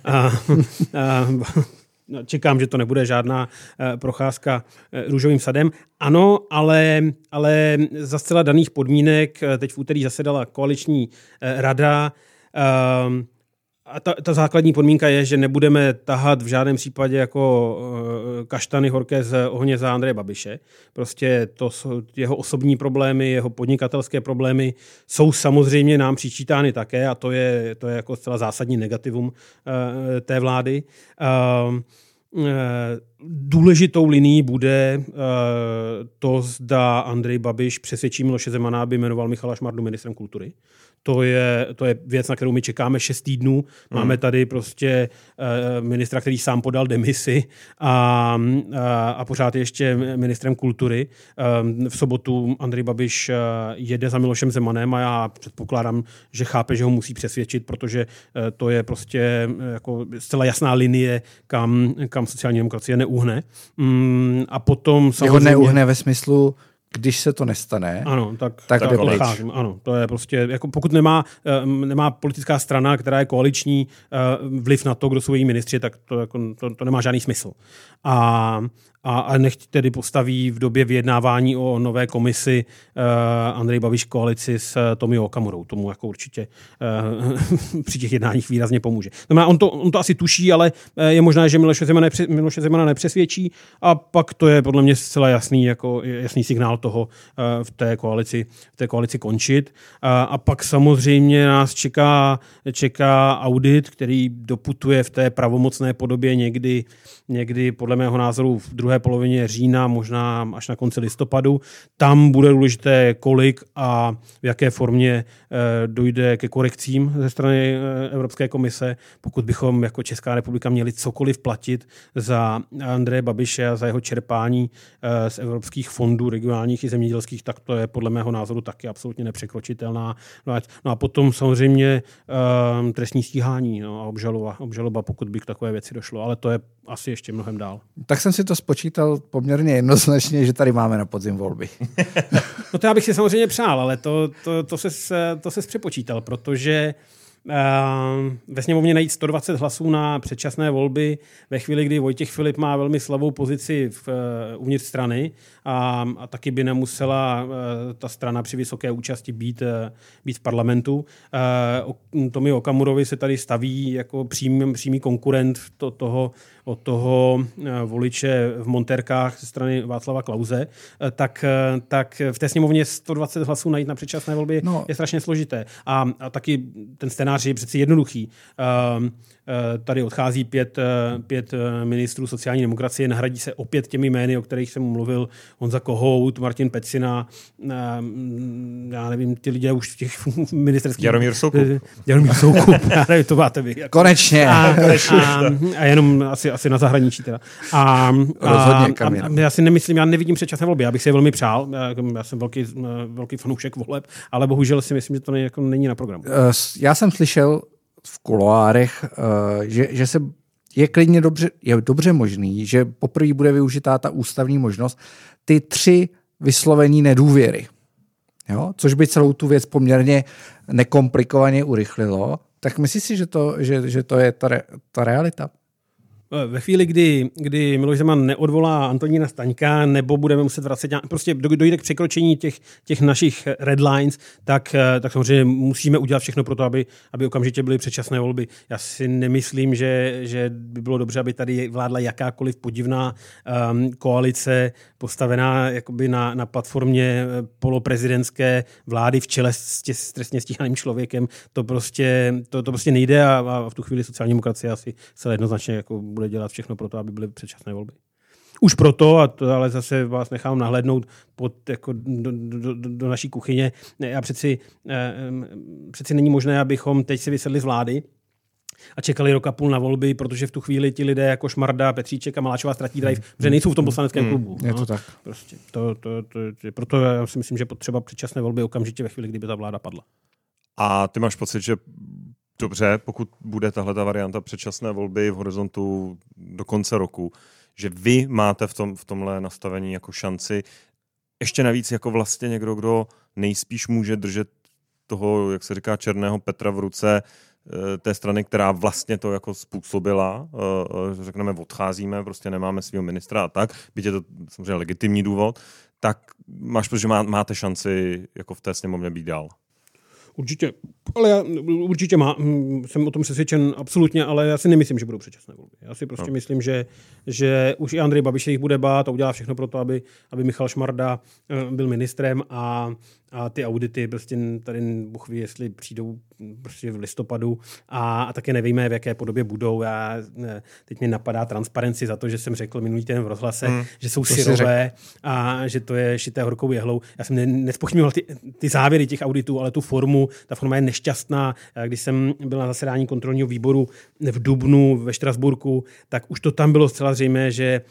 Čekám, že to nebude žádná procházka růžovým sadem. Ano, ale za zcela daných podmínek teď v úterý zasedala koaliční rada. A ta základní podmínka je, že nebudeme tahat v žádném případě jako kaštany horké z ohně za Andreje Babiše. Prostě to jsou jeho osobní problémy, jeho podnikatelské problémy jsou samozřejmě nám přičítány také a to je jako zcela zásadní negativum té vlády. Důležitou linií bude to, zda Andrej Babiš přesvědčí Miloše Zemana, aby jmenoval Michala Šmardu ministrem kultury. To je věc, na kterou my čekáme 6 týdnů. Máme tady prostě ministra, který sám podal demisi a pořád ještě ministrem kultury. V sobotu Andrej Babiš jede za Milošem Zemanem a já předpokládám, že chápe, že ho musí přesvědčit, protože to je prostě jako zcela jasná linie, kam sociální demokracie neuhne. A potom samozřejmě... Jeho neuhne ve smyslu, když se to nestane, ano, tak odcházím. Ano, to je prostě, jako pokud nemá politická strana, která je koaliční, vliv na to, kdo jsou její ministři, tak to nemá žádný smysl. A nechť tedy postaví v době vyjednávání o nové komisi Andrej Babiš koalici s Tomio Okamurou. Tomu jako určitě při těch jednáních výrazně pomůže. On to asi tuší, ale je možné, že Miloše Zemana nepřesvědčí a pak to je podle mě zcela jasný signál toho v té koalici končit. A pak samozřejmě nás čeká audit, který doputuje v té pravomocné podobě někdy podle mého názoru v druhé polovině října, možná až na konci listopadu. Tam bude důležité, kolik a v jaké formě dojde ke korekcím ze strany Evropské komise. Pokud bychom jako Česká republika měli cokoliv platit za Andreje Babiše a za jeho čerpání z evropských fondů regionálních i zemědělských, tak to je podle mého názoru taky absolutně nepřekročitelná. No a potom samozřejmě trestní stíhání a obžaloba, pokud by k takové věci došlo. Ale to je asi ještě mnohem dál. Tak jsem si to spočítal poměrně jednoznačně, že tady máme na podzim volby. No to já bych si samozřejmě přál, ale to ses přepočítal, protože ve sněmovně najít 120 hlasů na předčasné volby ve chvíli, kdy Vojtěch Filip má velmi slabou pozici uvnitř strany a taky by nemusela ta strana při vysoké účasti být v parlamentu. Tomio Okamurovi se tady staví jako přímý konkurent od toho voliče v montérkách ze strany Václava Klause, tak v té sněmovně 120 hlasů najít na předčasné volby je strašně složité. A taky ten scénář je přeci jednoduchý. Tady odchází 5 ministrů sociální demokracie, nahradí se opět těmi jmény, o kterých jsem mluvil, Honza Kohout, Martin Pecina, já nevím, ty lidé už v těch ministerských... Jaromír Soukup, já nevím, to máte vy. Konečně. A jenom asi na zahraničí teda. Rozhodně, Kamil. Já nevidím předčasné volby, já bych si je velmi přál, já jsem velký fanoušek voleb, ale bohužel si myslím, že to není na programu. Já jsem slyšel v kuloárech, že se je dobře možný, že poprvé bude využitá ta ústavní možnost ty 3 vyslovení nedůvěry. Jo? Což by celou tu věc poměrně nekomplikovaně urychlilo. Tak myslíš si, že to je ta realita? Ve chvíli, kdy Miloš Zeman neodvolá Antonína Staňka, nebo budeme muset vracet, prostě dojde k překročení těch našich red lines, tak samozřejmě musíme udělat všechno pro to, aby okamžitě byly předčasné volby. Já si nemyslím, že by bylo dobře, aby tady vládla jakákoliv podivná koalice postavená jakoby na platformě poloprezidentské vlády v čele s trestně stíhaným člověkem. To prostě nejde a v tu chvíli sociální demokracie asi celé jednoznačně jako bude dělat všechno pro to, aby byly předčasné volby. Už proto, ale zase vás nechám nahlédnout jako do naší kuchyně. A přeci není možné, abychom teď si vysedli z vlády a čekali rok a půl na volby, protože v tu chvíli ti lidé jako Šmarda, Petříček a Maláčová ztratí drive, protože nejsou v tom poslaneckém klubu. Je to tak. Prostě proto já si myslím, že potřeba předčasné volby okamžitě ve chvíli, kdyby ta vláda padla. A ty máš pocit, že dobře, pokud bude tahle ta varianta předčasné volby v horizontu do konce roku, že vy máte v tomhle nastavení jako šanci ještě navíc jako vlastně někdo, kdo nejspíš může držet toho, jak se říká, černého Petra v ruce té strany, která vlastně to jako způsobila, řekneme odcházíme, prostě nemáme svého ministra a tak, byť je to samozřejmě legitimní důvod, tak máš, protože máte šanci jako v té sněmovně být dál. Určitě, ale já určitě jsem o tom přesvědčen absolutně, ale já si nemyslím, že budou předčasné volby. Já si prostě myslím, že už i Andrej Babiš jich bude bát a udělá všechno pro to, aby Michal Šmarda byl ministrem a ty audity prostě tady Bůh ví, jestli přijdou prostě v listopadu a také nevíme, v jaké podobě budou. Teď mě napadá Transparency za to, že jsem řekl minulý týden v rozhlase, že jsou syrové a že to je šité horkou jehlou. Já jsem nezpochybňoval ty závěry těch auditů, ale tu formu, ta forma je nešťastná. Když jsem byl na zasedání kontrolního výboru v dubnu ve Štrasburku, tak už to tam bylo zcela zřejmé,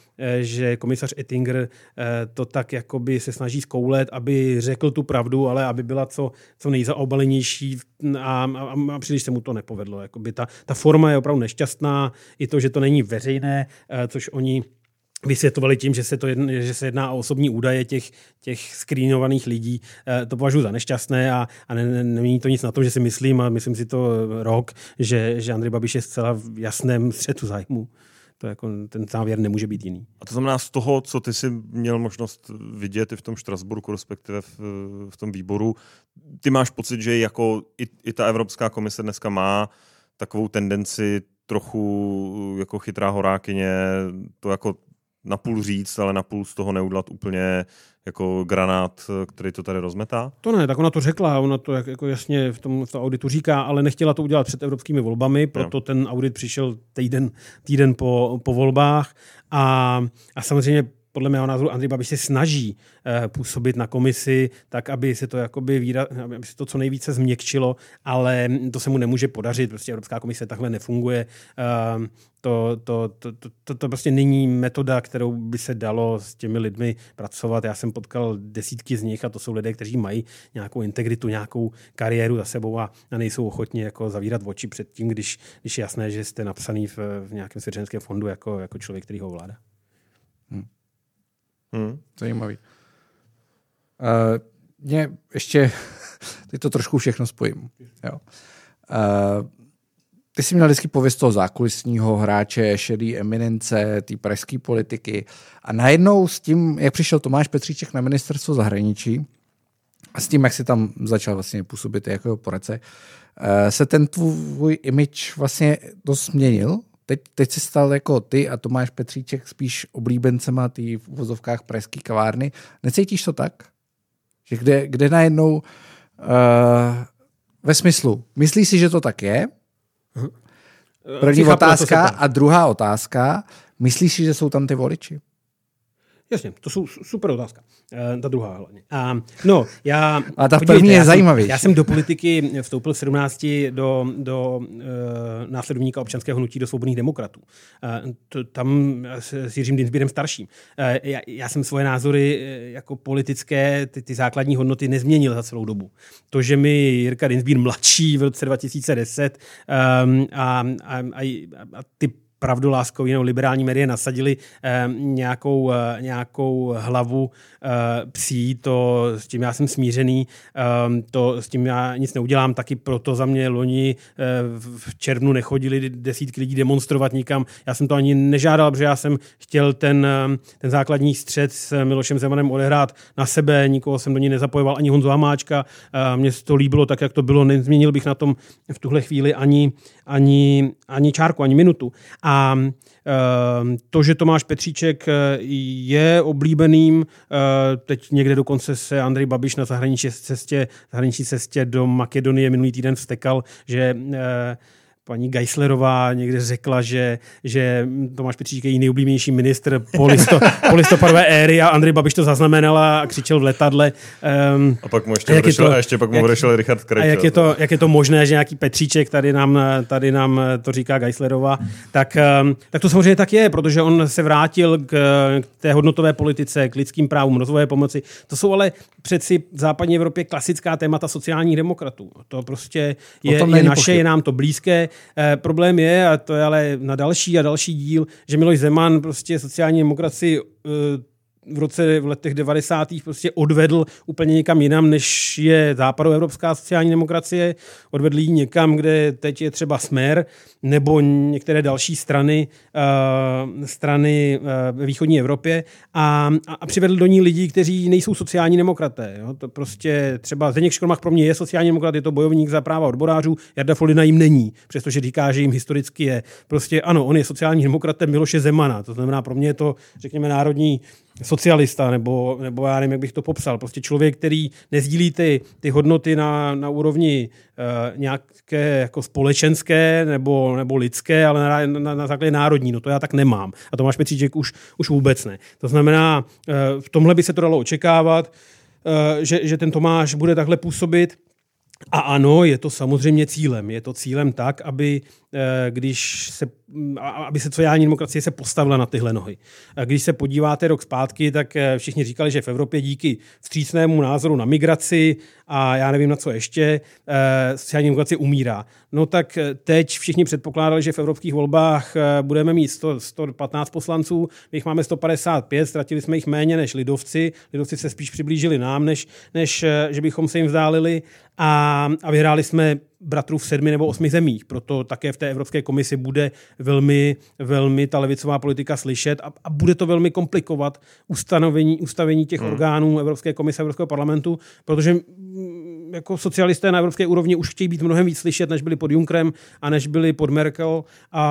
že komisař Oettinger to tak jakoby se snaží zkoulet, aby řekl tu pravdu, ale aby byla co nejzaobalenější a příliš se mu to nepovedlo. Jakoby ta forma je opravdu nešťastná, i to, že to není veřejné, což oni vysvětlovali tím, že se jedná o osobní údaje těch screenovaných lidí. To považuji za nešťastné a nemění to nic na tom, že si myslím, a myslím si to rok, že Andrej Babiš je zcela v jasném střetu zájmu. To jako, ten závěr nemůže být jiný. A to znamená z toho, co ty jsi měl možnost vidět i v tom Štrasburku, respektive v tom výboru, ty máš pocit, že jako i ta Evropská komise dneska má takovou tendenci trochu jako chytrá horákyně to jako napůl říct, ale napůl z toho neudělat úplně jako granát, který to tady rozmetá? To ne, tak ona to řekla, ona to jako jasně v tom auditu říká, ale nechtěla to udělat před evropskými volbami, proto ten audit přišel týden po volbách a samozřejmě podle mého názoru Andrej Babiš se snaží působit na komisi tak, aby se to jakoby aby se to co nejvíce změkčilo, ale to se mu nemůže podařit. Prostě Evropská komise takhle nefunguje. To prostě není metoda, kterou by se dalo s těmi lidmi pracovat. Já jsem potkal desítky z nich a to jsou lidé, kteří mají nějakou integritu, nějakou kariéru za sebou a nejsou ochotni jako zavírat oči před tím, když je jasné, že jste napsaný v nějakém svěřenském fondu jako člověk, který ho ovládá. Zajímavý. Mě ještě, teď to trošku všechno spojím. Jo. Ty jsi měl vždycky pověst toho zákulisního hráče, šedý eminence, té pražské politiky a najednou s tím, jak přišel Tomáš Petříček na ministerstvo zahraničí a s tím, jak si tam začal vlastně působit jako jeho poradce, se ten tvůj image vlastně dost změnil. Teď se stal jako ty a Tomáš Petříček spíš oblíbencema tý v uvozovkách pražský kavárny. Necítíš to tak? Že kde najednou ve smyslu, myslíš si, že to tak je? První otázka a druhá otázka, myslíš si, že jsou tam ty voliči? Jasně, to jsou super otázka. Ta druhá hlavně. A ta první je zajímavější. Já jsem do politiky vstoupil v 17 do následovníka občanského hnutí do Svobodných demokratů. Tam s Jiřím Dienstbierem starším. Já jsem svoje názory jako politické, ty základní hodnoty nezměnil za celou dobu. To, že mi Jirka Dienstbier mladší v roce 2010 a ty pravdoláskový nebo liberální média nasadili nějakou hlavu psí, to s tím já jsem smířený, s tím já nic neudělám, taky proto za mě loni v červnu nechodili desítky lidí demonstrovat nikam. Já jsem to ani nežádal, protože já jsem chtěl ten základní střet s Milošem Zemanem odehrát na sebe, nikoho jsem do ní nezapojoval, ani Honzu Hamáčka. Mně se to líbilo tak, jak to bylo, nezměnil bych na tom v tuhle chvíli ani čárku, ani minutu. A to, že Tomáš Petříček je oblíbeným, teď někde dokonce se Andrej Babiš na zahraniční cestě do Makedonie minulý týden vztekal, že paní Geislerová někde řekla, že Tomáš Petříček je nejoblíbenější ministr po listopadové éry a Andrej Babiš to zaznamenal a křičel v letadle. A pak mu ještě odešel Richard Krejčí. Jak je to možné, že nějaký Petříček tady nám to říká Geislerová, tak to samozřejmě tak je, protože on se vrátil k té hodnotové politice, k lidským právům, rozvojové pomoci. To jsou ale přeci v západní Evropě klasická témata sociálních demokratů. To prostě je naše, je nám to blízké. Problém je, a to je ale na další a další díl, že Miloš Zeman prostě sociální demokracii v letech 90. prostě odvedl úplně někam jinam, než je západoevropská sociální demokracie. Odvedl ji někam, kde teď je třeba Smer nebo některé další strany ve východní Evropě a přivedl do ní lidi, kteří nejsou sociální demokraté. Jo? To prostě třeba Zdeněk Škromach pro mě je sociální demokrat, je to bojovník za práva odborářů, Jarda Foldyna jim není, přestože říká, že jim historicky je. Prostě ano, on je sociální demokratem Miloše Zemana, to znamená pro mě je to, řekněme, národní socialista, nebo já nevím, jak bych to popsal. Prostě člověk, který nezdílí ty hodnoty na úrovni nějaké jako společenské nebo lidské, ale na základě národní. No to já tak nemám. A Tomáš Petříček už vůbec ne. To znamená, v tomhle by se to dalo očekávat, že ten Tomáš bude takhle působit. A ano, je to samozřejmě cílem. Je to cílem tak, aby sociální demokracie se postavila na tyhle nohy. Když se podíváte rok zpátky, tak všichni říkali, že v Evropě díky vstřícnému názoru na migraci a já nevím na co ještě, sociální demokracie umírá. No tak teď všichni předpokládali, že v evropských volbách budeme mít 115 poslanců, my jich máme 155, ztratili jsme jich méně než lidovci. Lidovci se spíš přiblížili nám, než že bychom se jim vzdálili a vyhráli jsme bratrů v 7 nebo 8 zemích. Proto také v té Evropské komisi bude velmi, velmi ta levicová politika slyšet a bude to velmi komplikovat ustavení těch orgánů Evropské komise a Evropského parlamentu, protože jako socialisté na evropské úrovni už chtějí být mnohem víc slyšet, než byli pod Junckerem a než byli pod Merkel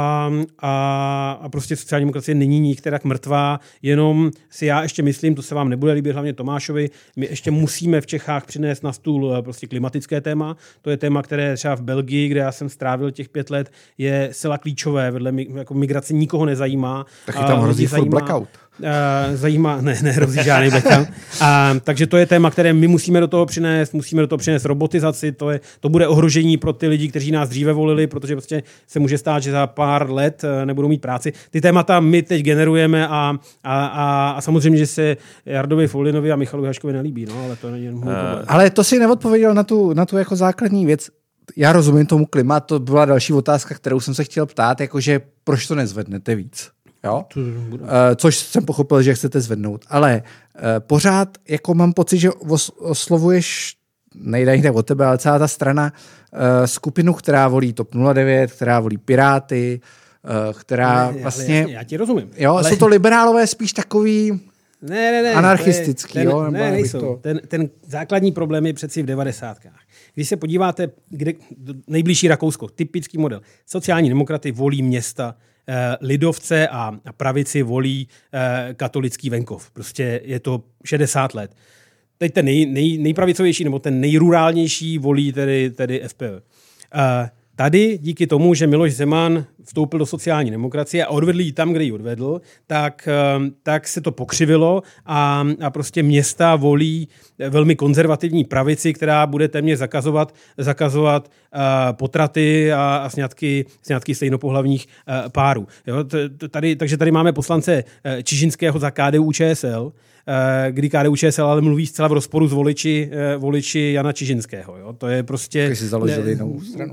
a prostě sociální demokracie není nikterak mrtvá, jenom si já ještě myslím, to se vám nebude líbit, hlavně Tomášovi, my ještě musíme v Čechách přinést na stůl prostě klimatické téma. To je téma, které třeba v Belgii, kde já jsem strávil těch 5 let, je zcela klíčové. Vedle jako migrace nikoho nezajímá. Taky tam hrozí blackout. Nehrozí žádný blackout. Takže to je téma, které my musíme do toho přinést robotizaci, to bude ohrožení pro ty lidi, kteří nás dříve volili, protože prostě se může stát, že za pár let nebudou mít práci. Ty témata my teď generujeme a samozřejmě, že se Jardovi Foldynovi a Michalu Haškovi nelíbí, no, ale to není jen můj problém. Ale to si neodpověděl na tu jako základní věc. Já rozumím tomu klima, to byla další otázka, kterou jsem se chtěl ptát, jakože proč to nezvednete víc? Jo? Což jsem pochopil, že chcete zvednout. Ale pořád jako mám pocit, že oslovuješ, nejde o tebe, ale celá ta strana, skupinu, která volí TOP 09, která volí Piráty, která vlastně... Já ti rozumím. Jo, ale... Jsou to liberálové spíš takový... Ne, anarchistický. Nejsou. Ten základní problém je přeci v 90kách. Když se podíváte, nejbližší Rakousko, typický model. Sociální demokraty volí města, lidovce a pravici volí katolický venkov. Prostě je to 60 let. Teď ten nejpravicovější nebo ten nejrurálnější volí tedy FPÖ. Tady díky tomu, že Miloš Zeman vstoupil do sociální demokracie a odvedl ji tam, kde ji odvedl, tak se to pokřivilo a prostě města volí velmi konzervativní pravici, která bude téměř zakazovat potraty a sňatky stejnopohlavních párů. Jo, takže tady máme poslance Čižinského za KDU-ČSL, kdy KDU-ČSL ale mluví zcela v rozporu s voliči Jana Čižinského. Jo. To je prostě... Když si založili jinou stranu.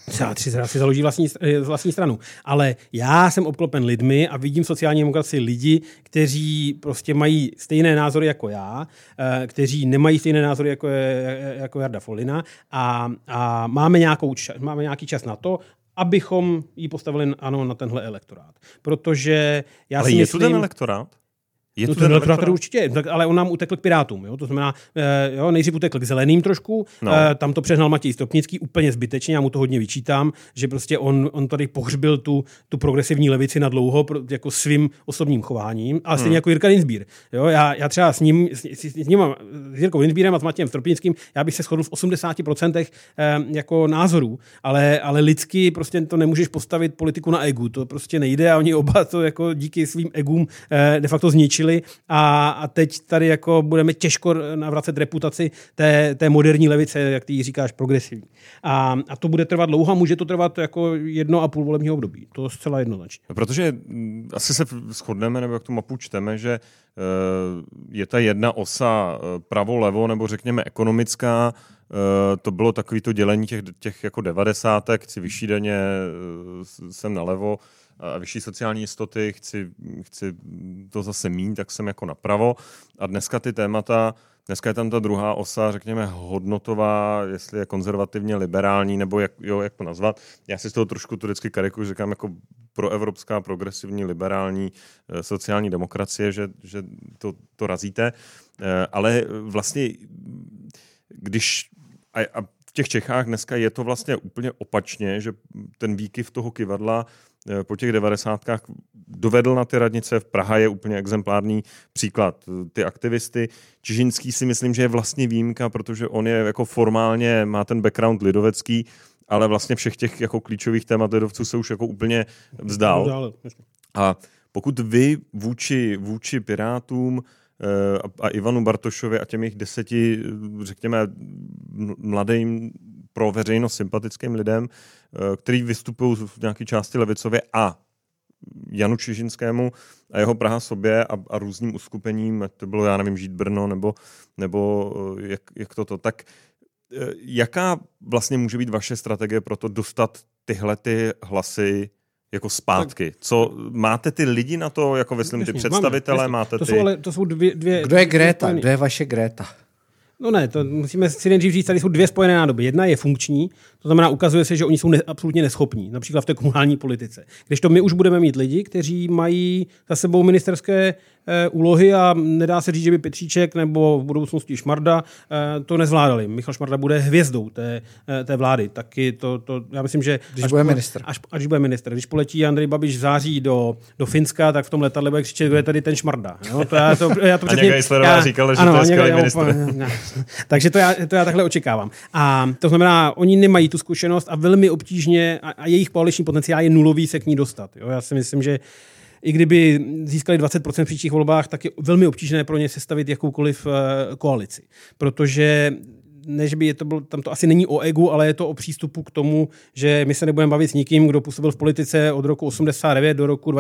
třeba 3 si založí vlastní stranu. Ale já jsem obklopen lidmi a vidím sociální demokracii lidi, kteří prostě mají stejné názory jako já, kteří nemají stejné názory jako Jarda Foldyna a máme nějaký čas na to, abychom jí postavili ano na tenhle elektorát. Protože já si myslím... je tu ten elektorát? No ten elektorát určitě, ale on nám utekl k Pirátům. Jo? To znamená, nejdřív utekl k Zeleným trošku, tam to přehnal Matěj Stropnický úplně zbytečně, já mu to hodně vyčítám, že prostě on tady pohřbil tu progresivní levici na dlouho jako svým osobním chováním, ale stejně jako Jirka Dienstbier. Jo? Já třeba s Jirkou Dienstbierem a s Matějem Stropnickým, já bych se shodl v 80% jako názorů, ale lidsky prostě to nemůžeš postavit politiku na egu, to prostě nejde a oni oba to jako díky svým egům de facto zničili a teď tady jako budeme těžko navracet reputaci té moderní levice, jak ty říkáš, progresivní. A to bude trvat dlouho a může to trvat jako 1,5 volebního období. To je zcela jednoznačně. Protože asi se shodneme, nebo jak tu mapu čteme, že je ta jedna osa pravo-levo, nebo řekněme ekonomická, to bylo takový to dělení těch jako 90. Chci vyšší daně, jsem nalevo, a vyšší sociální jistoty, chci to zase mít, tak jsem jako napravo. A dneska ty témata, dneska je tam ta druhá osa, řekněme hodnotová, jestli je konzervativně liberální, nebo jak to nazvat. Já si z toho trošku to vždycky karikuju, říkám jako proevropská, progresivní, liberální, sociální demokracie, že to razíte. Ale vlastně, když a v těch Čechách dneska je to vlastně úplně opačně, že ten výkyv toho kyvadla po těch 90kách dovedl na ty radnice. V Praha je úplně exemplární příklad. Ty aktivisty. Čižinský si myslím, že je vlastně výjimka, protože on je jako formálně, má ten background lidovecký, ale vlastně všech těch jako klíčových témat lidovců se už jako úplně vzdál. A pokud vy vůči Pirátům a Ivanu Bartošovi a těm jejich 10, řekněme, mladým pro veřejnost sympatickým lidem, který vystupují v nějaké části levicově a Janu Čižinskému a jeho Praha sobě a různým uskupením, to bylo, já nevím, Žít Brno, nebo jak toto. Tak jaká vlastně může být vaše strategie pro to dostat tyhle ty hlasy jako zpátky? Co, máte ty lidi na to, jako myslím, ty představitele, máte ty... To jsou dvě... Kdo je Greta? Kdo je vaše Greta? No ne, to musíme si nejdřív říct, tady jsou 2 spojené nádoby. Jedna je funkční, to znamená, ukazuje se, že oni jsou absolutně neschopní, například v té komunální politice. Kdežto my už budeme mít lidi, kteří mají za sebou ministerské úlohy a nedá se říct, že by Petříček nebo v budoucnosti Šmarda to nezvládali. Michal Šmarda bude hvězdou té vlády. Taky to já myslím, že když bude ministr. Až bude ministr. Když poletí Andrej Babiš v září do Finska, tak v tom letadle bude křičet, kdo je tady ten Šmarda. No, já to přesně... A Geislerová říkala, že to je skvělý ministr. Takže to já takhle očekávám. A to znamená, oni nemají tu zkušenost a velmi obtížně, a jejich koaliční potenciál je nulový se k ní dostat. Jo? Já si myslím, že i kdyby získali 20% v příštích volbách, tak je velmi obtížné pro ně sestavit jakoukoliv koalici. Protože než by tam to asi není o egu, ale je to o přístupu k tomu, že my se nebudeme bavit s nikým, kdo působil v politice od roku 89 do roku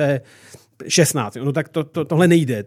2016. No tak tohle nejde.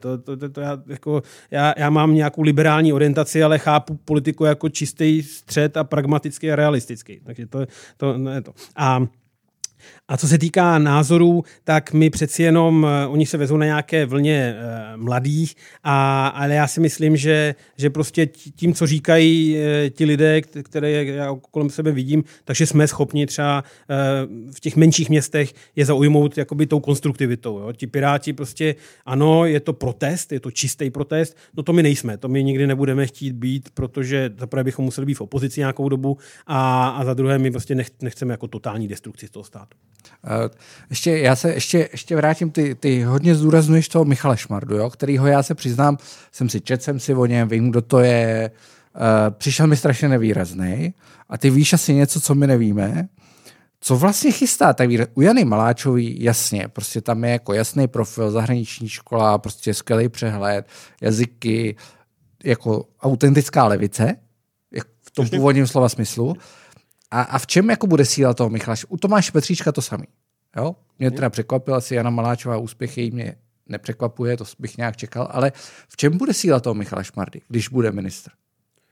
Já mám nějakou liberální orientaci, ale chápu politiku jako čistý střed a pragmatický a realistický. Takže to ne to. A co se týká názorů, tak my přeci jenom, oni se vezou na nějaké vlně mladých, ale já si myslím, že prostě tím, co říkají ti lidé, které já kolem sebe vidím, takže jsme schopni třeba v těch menších městech je zaujmout jakoby tou konstruktivitou. Jo. Ti Piráti prostě, ano, je to protest, je to čistý protest, no to my nejsme, to my nikdy nebudeme chtít být, protože zaprvé bychom museli být v opozici nějakou dobu a za druhé my prostě nechceme jako totální destrukci z toho státu. Já se ještě vrátím, ty hodně zdůraznuješ toho Michala Šmardu, jo, kterýho já se přiznám, četl jsem si o něm, vím, kdo to je, přišel mi strašně nevýrazný a ty víš asi něco, co my nevíme. Co vlastně chystá tak výraz? U Jany Maláčový jasně, prostě tam je jako jasný profil, zahraniční škola, prostě skvělý přehled, jazyky, jako autentická levice, v tom původním slova smyslu. A v čem jako bude síla toho Michala? U Tomáše Petříčka to samý. Jo? Mě teda překvapila asi Jana Maláčová, úspěchy mě nepřekvapuje, to bych nějak čekal, ale v čem bude síla toho Michala Šmardy, když bude ministr?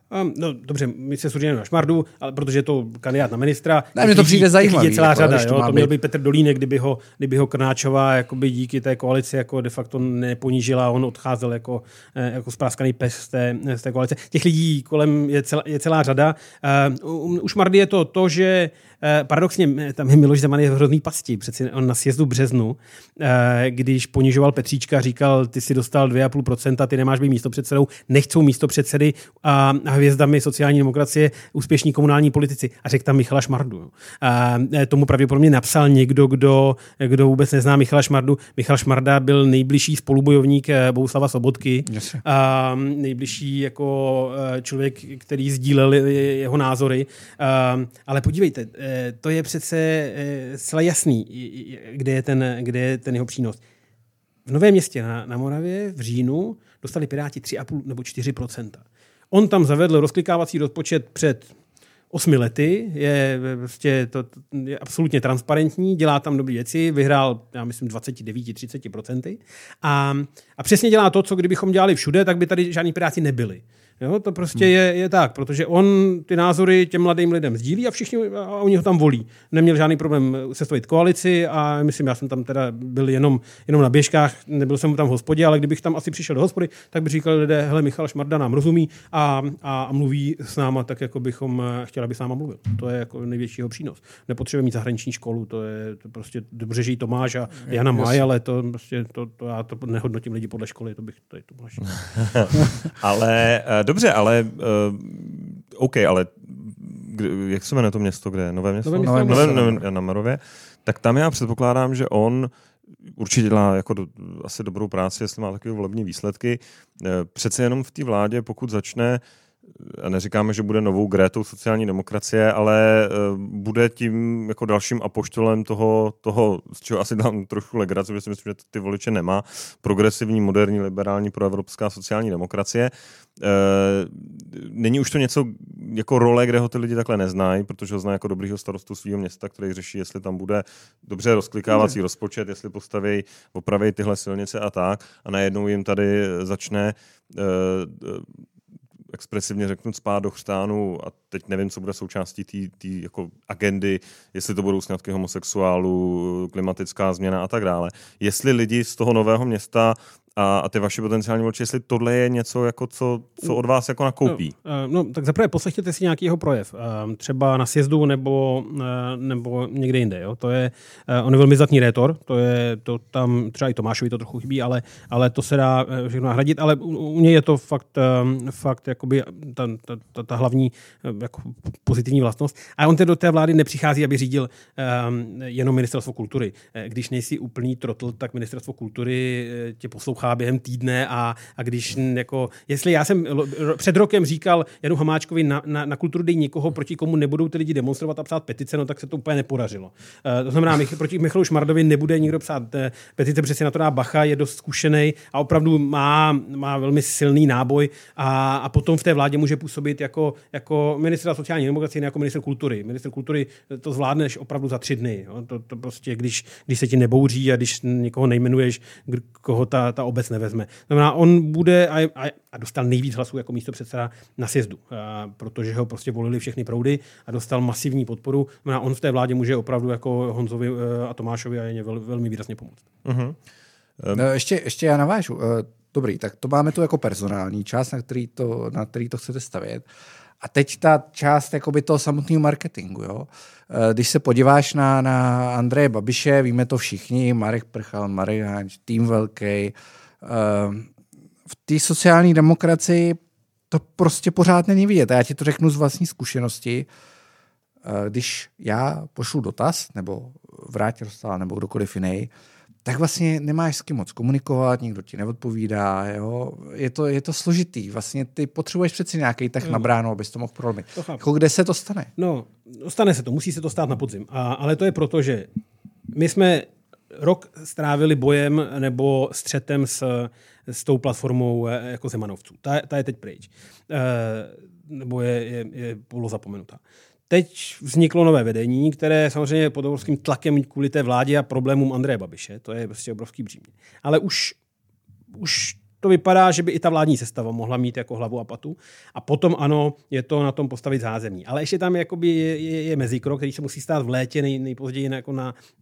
No dobře, my se soustředíme na Šmardu, ale protože je to kandidát na ministra. Ne, mně to přijde zajímavý. Je celá řada, jako, to měl být Petr Dolínek, kdyby ho Krnáčová jakoby díky té koalici jako de facto neponížila, on odcházel jako spráskaný pes z té koalice. Těch lidí kolem je celá řada. U Šmardy je to, že paradoxně tam je Miloš Zeman je v hrozný pasti. Přeci on na sjezdu v březnu, když ponižoval Petříčka, říkal, ty si dostal 2,5%, ty nemáš být místopředsedou, nechcou místopředsedy a hvězdami sociální demokracie úspěšní komunální politici. A řekl tam Michala Šmardu. Tomu pravděpodobně napsal někdo, kdo vůbec nezná Michala Šmardu. Michal Šmarda byl nejbližší spolubojovník Bohuslava Sobotky. Yes. Nejbližší jako člověk, který sdílel jeho názory. Ale podívejte, to je přece zcela jasný, kde je ten jeho přínos. V Novém Městě na Moravě v říjnu dostali Piráti 3,5 nebo 4%. On tam zavedl rozklikávací rozpočet před 8 lety, je absolutně transparentní, dělá tam dobré věci, vyhrál, já myslím, 29-30%. A přesně dělá to, co kdybychom dělali všude, tak by tady žádní Piráti nebyli. Jo, to prostě je tak, protože on ty názory těm mladým lidem sdílí a oni ho tam volí. Neměl žádný problém sestavit koalici a myslím, já jsem tam teda byl jenom na běžkách, nebyl jsem tam v hospodě, ale kdybych tam asi přišel do hospody, tak by říkali lidé, hele, Michal Šmarda nám rozumí a mluví s náma tak, jako bychom chtěli, aby s náma mluvil. To je jako největšího přínos. Nepotřebuje mít zahraniční školu, to prostě dobře žijí Tomáš a Jana Maj, ale to prostě já to nehodnotím lidi podle školy, to Tomáš. Ale dobře, ale OK, ale jak se jmenuje to město, kde je? Nové město? Nové na Marově. Tak tam já předpokládám, že on určitě dělá jako asi dobrou práci, jestli má takové volební výsledky. Přece jenom v té vládě, pokud začne, a neříkáme, že bude novou Grétou sociální demokracie, ale bude tím jako dalším apoštolem toho, z čeho asi dám trošku legraci, protože si myslím, že ty voliče nemá, progresivní, moderní, liberální, proevropská sociální demokracie. Není už to něco jako role, kde ho ty lidi takhle neznají, protože ho znají jako dobrýho starostu svého města, který řeší, jestli tam bude dobře rozklikávací rozpočet, jestli opraví tyhle silnice a tak. A najednou jim tady začne expresivně řeknu spát do chřtánu a teď nevím, co bude součástí té jako agendy, jestli to budou sňatky homosexuálů, klimatická změna a tak dále. Jestli lidi z toho Nového Města a ty vaši potenciální voliči, jestli tohle je něco, jako co od vás jako nakoupí. No tak zaprvé poslechněte si nějaký jeho projev. Třeba na sjezdu nebo někde jinde. Jo? On je velmi zdatný rétor, to tam třeba i Tomášovi to trochu chybí, ale to se dá všechno nahradit, ale u něj je to fakt jakoby ta hlavní jako pozitivní vlastnost. A on do té vlády nepřichází, aby řídil jenom ministerstvo kultury. Když nejsi úplný trotl, tak ministerstvo kultury tě poslouchá během týdne a když jako, jestli já jsem před rokem říkal Janu Hamáčkovi na kulturu dej někoho, proti komu nebudou ty lidi demonstrovat a psát petice, no tak se to úplně nepodařilo. To znamená, proti Michalu Šmardovi nebude nikdo psát petice, přesně na to dá bacha, je dost zkušenej a opravdu má velmi silný náboj a potom v té vládě může působit jako ministr sociální demokracie, ne jako ministr kultury. Ministr kultury to zvládneš opravdu za 3 dny. Jo? To prostě, když se ti nebouří a když někoho nejmenuješ, koho ta obec nevezme. Znamená, on bude a dostal nejvíc hlasů jako místopředseda na sjezdu, protože ho prostě volili všechny proudy a dostal masivní podporu. Znamená, on v té vládě může opravdu jako Honzovi a Tomášovi a Jeně velmi výrazně pomoct. Uh-huh. Ještě já navážu. Dobrý, tak to máme tu jako personální část, na který to chcete stavět. A teď ta část jakoby toho samotného marketingu. Jo? Když se podíváš na Andreje Babiše, víme to všichni, Marek Prchal, Marek Hanč, tým velký. V té sociální demokracii to prostě pořád není vidět. A já ti to řeknu z vlastní zkušenosti. Když já pošlu dotaz, nebo Vráť Rostal, nebo kdokoliv jiný, tak vlastně nemáš s kým moc komunikovat, nikdo ti neodpovídá, jo? Je to složitý. Vlastně ty potřebuješ přeci nějaký tah na bránu, abys to mohl prolomit. Jako kde se to stane? No, stane se to, musí se to stát na podzim. Ale to je proto, že my jsme rok strávili bojem nebo střetem s tou platformou jako Zemanovců. Ta je teď pryč. Nebo je polozapomenutá. Teď vzniklo nové vedení, které samozřejmě pod obrovským tlakem kvůli té vládě a problémům Andreje Babiše. To je prostě obrovský břímě. Ale už to vypadá, že by i ta vládní sestava mohla mít jako hlavu a patu. A potom ano, je to na tom postavit zázemí. Ale ještě tam jakoby je mezikrok, který se musí stát v létě, nejpozději jako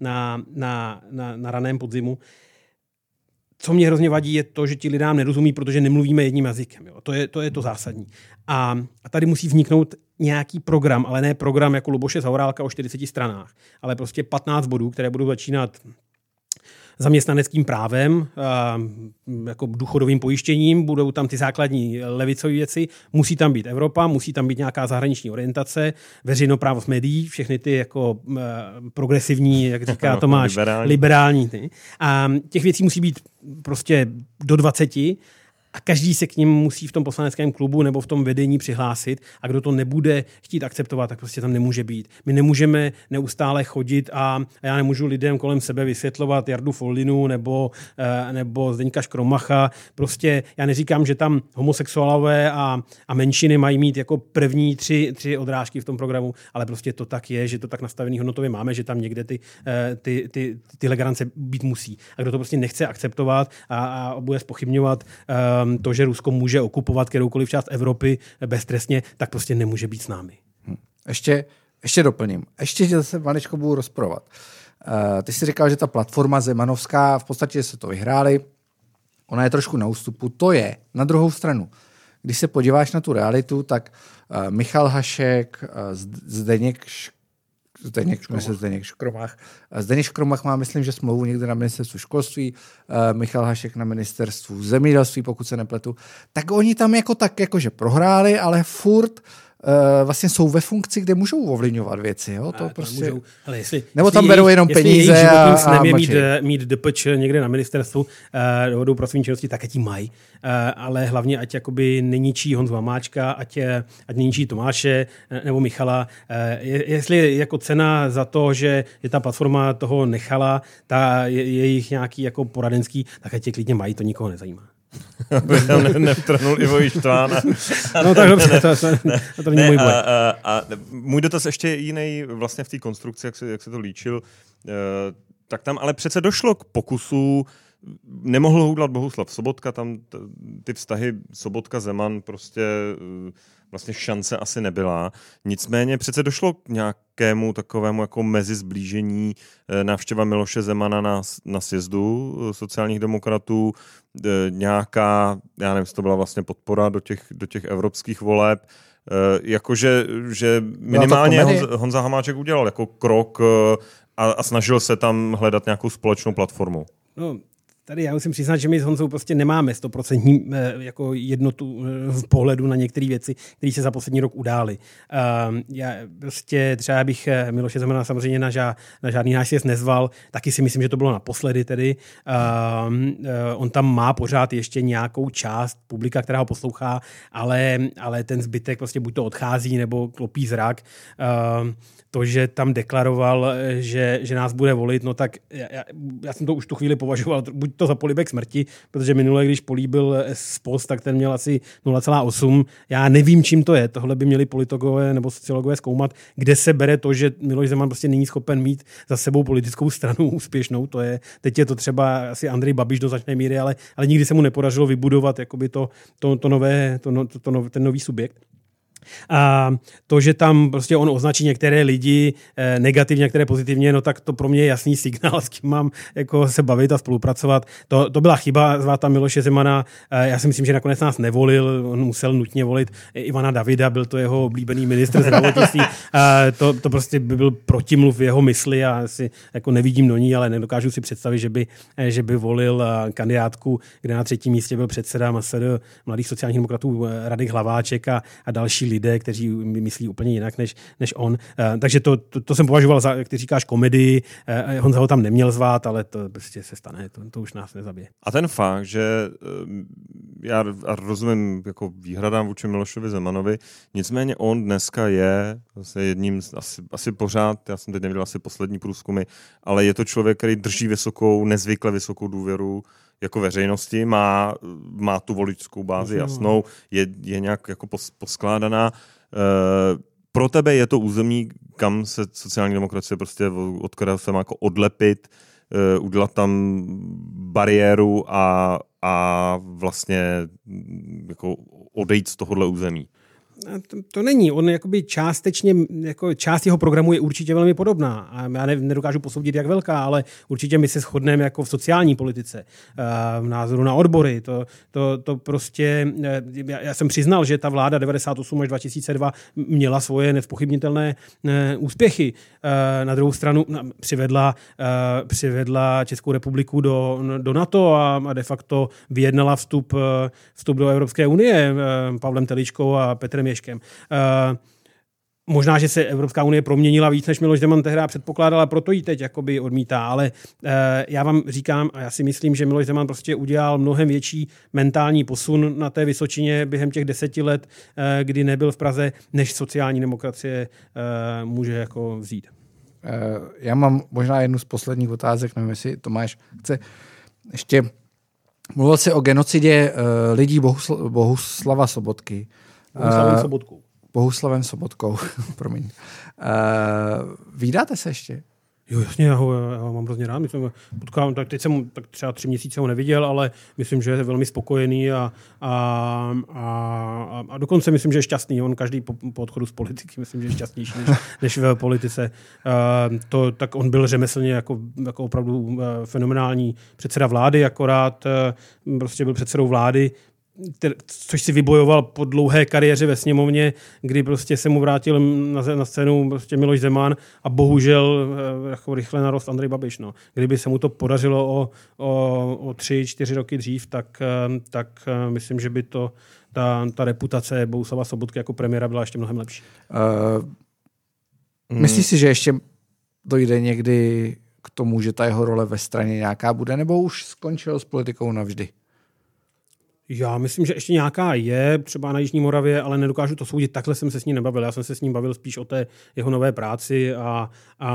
na raném podzimu. Co mě hrozně vadí, je to, že ti lidé nám nerozumí, protože nemluvíme jedním jazykem. Jo. To je to zásadní. A tady musí vzniknout nějaký program, ale ne program jako Luboše Zaorálka o 40 stranách, ale prostě 15 bodů, které budou začínat zaměstnaneckým právem, jako důchodovým pojištěním, budou tam ty základní levicové věci, musí tam být Evropa, musí tam být nějaká zahraniční orientace, veřejnoprávnost médií, všechny ty jako progresivní, jak říká Tomáš, liberální. A těch věcí musí být prostě do 20 a každý se k nim musí v tom poslaneckém klubu nebo v tom vedení přihlásit a kdo to nebude chtít akceptovat, tak prostě tam nemůže být. My nemůžeme neustále chodit a já nemůžu lidem kolem sebe vysvětlovat Jardu Foldinu nebo Zdeňka Škromacha. Prostě já neříkám, že tam homosexuálové a menšiny mají mít jako první tři odrážky v tom programu, ale prostě to tak je, že to tak nastavený hodnotově máme, že tam někde tyhle garance být musí. A kdo to prostě nechce akceptovat a bude zpochybňovat to, že Rusko může okupovat kteroukoliv část Evropy beztrestně, tak prostě nemůže být s námi. Ještě doplním. Ještě zase maličko budu rozporovat. Ty jsi říkal, že ta platforma zemanovská, v podstatě se to vyhráli, ona je trošku na ústupu. To je na druhou stranu. Když se podíváš na tu realitu, tak Michal Hašek, Zdeněk Škromach. Zdeněk Škromach má, myslím, že smlouvu někde na ministerstvu školství, Michal Hašek na ministerstvu zemědělství, pokud se nepletu. Tak oni tam jakože prohráli, ale furt vlastně jsou ve funkci, kde můžou ovlivňovat věci. Jo? To prostě... můžou, ale nebo tam berou jenom peníze a mít DPČ někde na ministerstvu dohodou pro svým činnosti, tak ať jí mají. Ale hlavně, ať jakoby neníčí Honzu Hamáčka, ať neníčí Tomáše nebo Michala. Jestli jako cena za to, že ta platforma toho nechala, ta jejich nějaký jako poradenský, tak ať je klidně mají, to nikoho nezajímá. Aby tam nevtrhnul Ivo Ištvána. No tak dobře, to není můj boj. Můj dotaz ještě jiný vlastně v té konstrukci, jak se to líčil, tak tam ale přece došlo k pokusu, nemohl houdlat Bohuslav Sobotka, tam ty vztahy Sobotka-Zeman prostě vlastně šance asi nebyla. Nicméně přece došlo k nějakému takovému jako mezizblížení, návštěva Miloše Zemana na sjezdu sociálních demokratů, nějaká, já nevím, to byla vlastně podpora do těch evropských voleb, jakože že minimálně Honza Hamáček udělal jako krok a snažil se tam hledat nějakou společnou platformu. No. Tady já musím přiznat, že my s Honzou prostě nemáme 100% jako jednotu v pohledu na některé věci, které se za poslední rok udály. Já prostě třeba bych Miloše Zemana samozřejmě na žádný náš sjezd nezval, taky si myslím, že to bylo naposledy tedy. On tam má pořád ještě nějakou část publika, která ho poslouchá, ale ten zbytek prostě buď to odchází, nebo klopí zrak. To, že tam deklaroval, že nás bude volit, no tak já jsem to už tu chvíli považoval buď to za polibek smrti, protože minule, když políbil post, tak ten měl asi 0,8. Já nevím, čím to je. Tohle by měli politologové nebo sociologové zkoumat, kde se bere to, že Miloš Zeman prostě není schopen mít za sebou politickou stranu úspěšnou. Teď je to třeba asi Andrej Babiš do značné míry, ale nikdy se mu nepodařilo vybudovat jakoby ten nový subjekt. A to, že tam prostě on označí některé lidi negativně, některé pozitivně, no tak to pro mě je jasný signál, s kým mám jako se bavit a spolupracovat. To byla chyba zvát tam Miloše Zemana. Já si myslím, že nakonec nás nevolil, on musel nutně volit Ivana Davida, byl to jeho oblíbený ministr zdravotnictví. To prostě by byl protimluv v jeho mysli a si jako nevidím do ní, ale nedokážu si představit, že by volil kandidátku, kde na 3. místě byl předseda MSD Mladých sociálních demokratů Radek Hlaváček a další lidé, kteří myslí úplně jinak než on. Takže to jsem považoval za, jak ty říkáš, komedii. Honza ho tam neměl zvát, ale to prostě se stane. To už nás nezabije. A ten fakt, že já rozumím jako výhradám vůči Milošovi Zemanovi, nicméně on dneska je vlastně jedním asi pořád, já jsem teď neviděl asi poslední průzkumy, ale je to člověk, který drží nezvykle vysokou důvěru jako veřejnosti, má tu voličskou bázi jasnou, je nějak jako poskládaná. Pro tebe je to území, kam se sociální demokracie prostě, od kterého se má jako odlepit, udělat tam bariéru a vlastně jako odejít z tohohle území. To není. On jakoby částečně, jako část jeho programu je určitě velmi podobná. A já nedokážu posoudit, jak velká, ale určitě my se shodneme jako v sociální politice, v názoru na odbory. To prostě, já jsem přiznal, že ta vláda 98 až 2002 měla svoje nevzpochybnitelné úspěchy. Na druhou stranu přivedla Českou republiku do NATO a de facto vyjednala vstup do Evropské unie Pavlem Teličkou a Petrem Ježkem. Možná, že se Evropská unie proměnila víc, než Miloš Zeman tehdy předpokládala, proto ji teď jakoby odmítá, ale já vám říkám, a já si myslím, že Miloš Zeman prostě udělal mnohem větší mentální posun na té Vysočině během těch 10 let, kdy nebyl v Praze, než sociální demokracie může jako vzít. Já mám možná jednu z posledních otázek, nevím, jestli Tomáš chce ještě. Mluvil se o genocidě lidí Bohuslava Sobotky. Bohuslavem Sobotkou, promiň. Vídáte se ještě? Jo, jasně, já ho mám hrozně rád. Myslím, potkávám, tak teď jsem tak třeba 3 měsíce ho neviděl, ale myslím, že je velmi spokojený a dokonce myslím, že je šťastný. On každý po odchodu z politiky, myslím, že je šťastnější než v politice. Tak on byl řemeslně jako opravdu fenomenální předseda vlády, akorát prostě byl předsedou vlády, což si vybojoval po dlouhé kariéře ve sněmovně, kdy prostě se mu vrátil na scénu prostě Miloš Zeman a bohužel jako rychle narost Andrej Babiš. No. Kdyby se mu to podařilo o 3-4 roky dřív, tak myslím, že by ta reputace Bohuslava Sobotky jako premiéra byla ještě mnohem lepší. Myslíš si, že ještě dojde někdy k tomu, že ta jeho role ve straně nějaká bude, nebo už skončil s politikou navždy? Já myslím, že ještě nějaká je, třeba na Jižní Moravě, ale nedokážu to soudit. Takhle jsem se s ním nebavil. Já jsem se s ním bavil spíš o té jeho nové práci a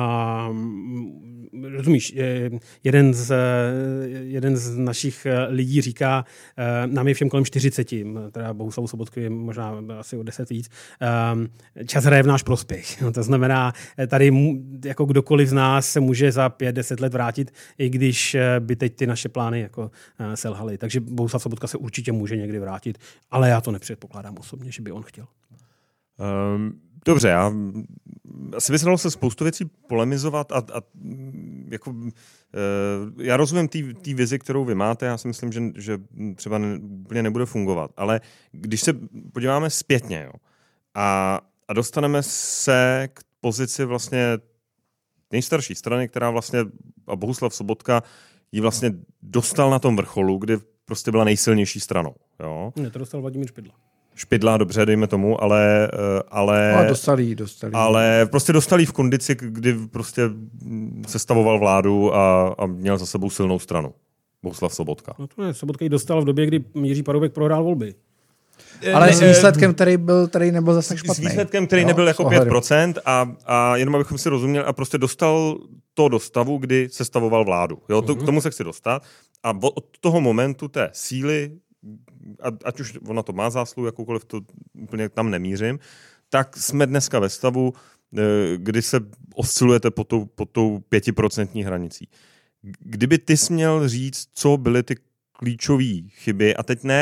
rozumíš, jeden z našich lidí říká, nám je všem kolem 40, teda Bohuslavu Sobotkovi možná asi o 10 víc, čas hraje v náš prospěch. No, to znamená, tady jako kdokoliv z nás se může za 5-10 let vrátit, i když by teď ty naše plány jako selhaly. Takže Bohuslav Sobotka se určitě může někdy vrátit, ale já to nepředpokládám osobně, že by on chtěl. Dobře, asi by se dalo se spoustu věcí polemizovat a jako, já rozumím té vizi, kterou vy máte, já si myslím, že třeba úplně nebude fungovat, ale když se podíváme zpětně, jo, a dostaneme se k pozici vlastně nejstarší strany, která vlastně, a Bohuslav Sobotka ji vlastně dostal na tom vrcholu, kdy prostě byla nejsilnější stranou. Jo? Ne, to dostal Vladimír Špidla. Špidla, dobře, dejme tomu, ale dostali. Ale prostě dostali v kondici, kdy prostě sestavoval vládu a měl za sebou silnou stranu. Bohuslav Sobotka. No to ne, Sobotka ji dostal v době, kdy Jiří Paroubek prohrál volby. Ale s výsledkem, který nebyl zase špatný. S výsledkem, který nebyl jako 5% a jenom abychom si rozuměli, a prostě dostal to do stavu, kdy sestavoval vládu. Jo, k tomu se chci dostat. A od toho momentu té síly, ať už ona to má zásluhu, jakoukoliv to úplně tam nemířím, tak jsme dneska ve stavu, kdy se oscilujete pod tou 5% hranicí. Kdyby ty jsi měl říct, co byly ty klíčové chyby, a teď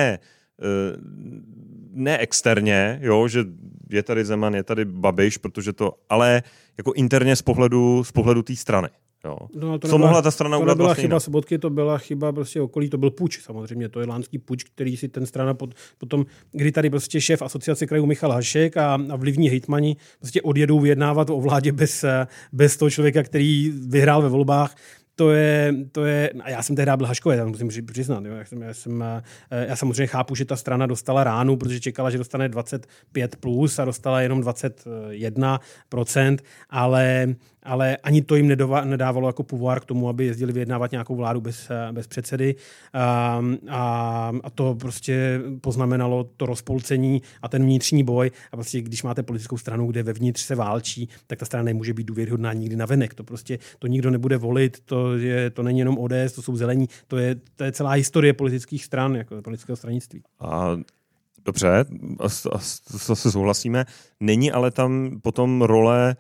ne externě, jo, že je tady Zeman, je tady Babiš, protože to, ale jako interně z pohledu té strany. Jo. No, co mohla ta strana udělat? To byla chyba Sobotky, to byla chyba prostě okolí, to byl puč samozřejmě, to je lánský puč, který si ten strana potom, kdy tady prostě šéf asociace krajů Michal Hašek a vlivní hejtmani prostě odjedou vyjednávat o vládě bez toho člověka, který vyhrál ve volbách. To je, a já jsem tehdy byl Haškové, já musím přiznat. Jo. Já samozřejmě chápu, že ta strana dostala ránu, protože čekala, že dostane 25+, a dostala jenom 21%, ale ani to jim nedávalo jako pouvoir k tomu, aby jezdili vyjednávat nějakou vládu bez předsedy. A to prostě poznamenalo to rozpolcení a ten vnitřní boj. A prostě když máte politickou stranu, kde vevnitř se válčí, tak ta strana nemůže být důvěryhodná nikdy navenek. To nikdo nebude volit, to není jenom ODS, to jsou zelení, to je celá historie politických stran, jako politického stranictví. Dobře, zase souhlasíme. Není ale tam potom role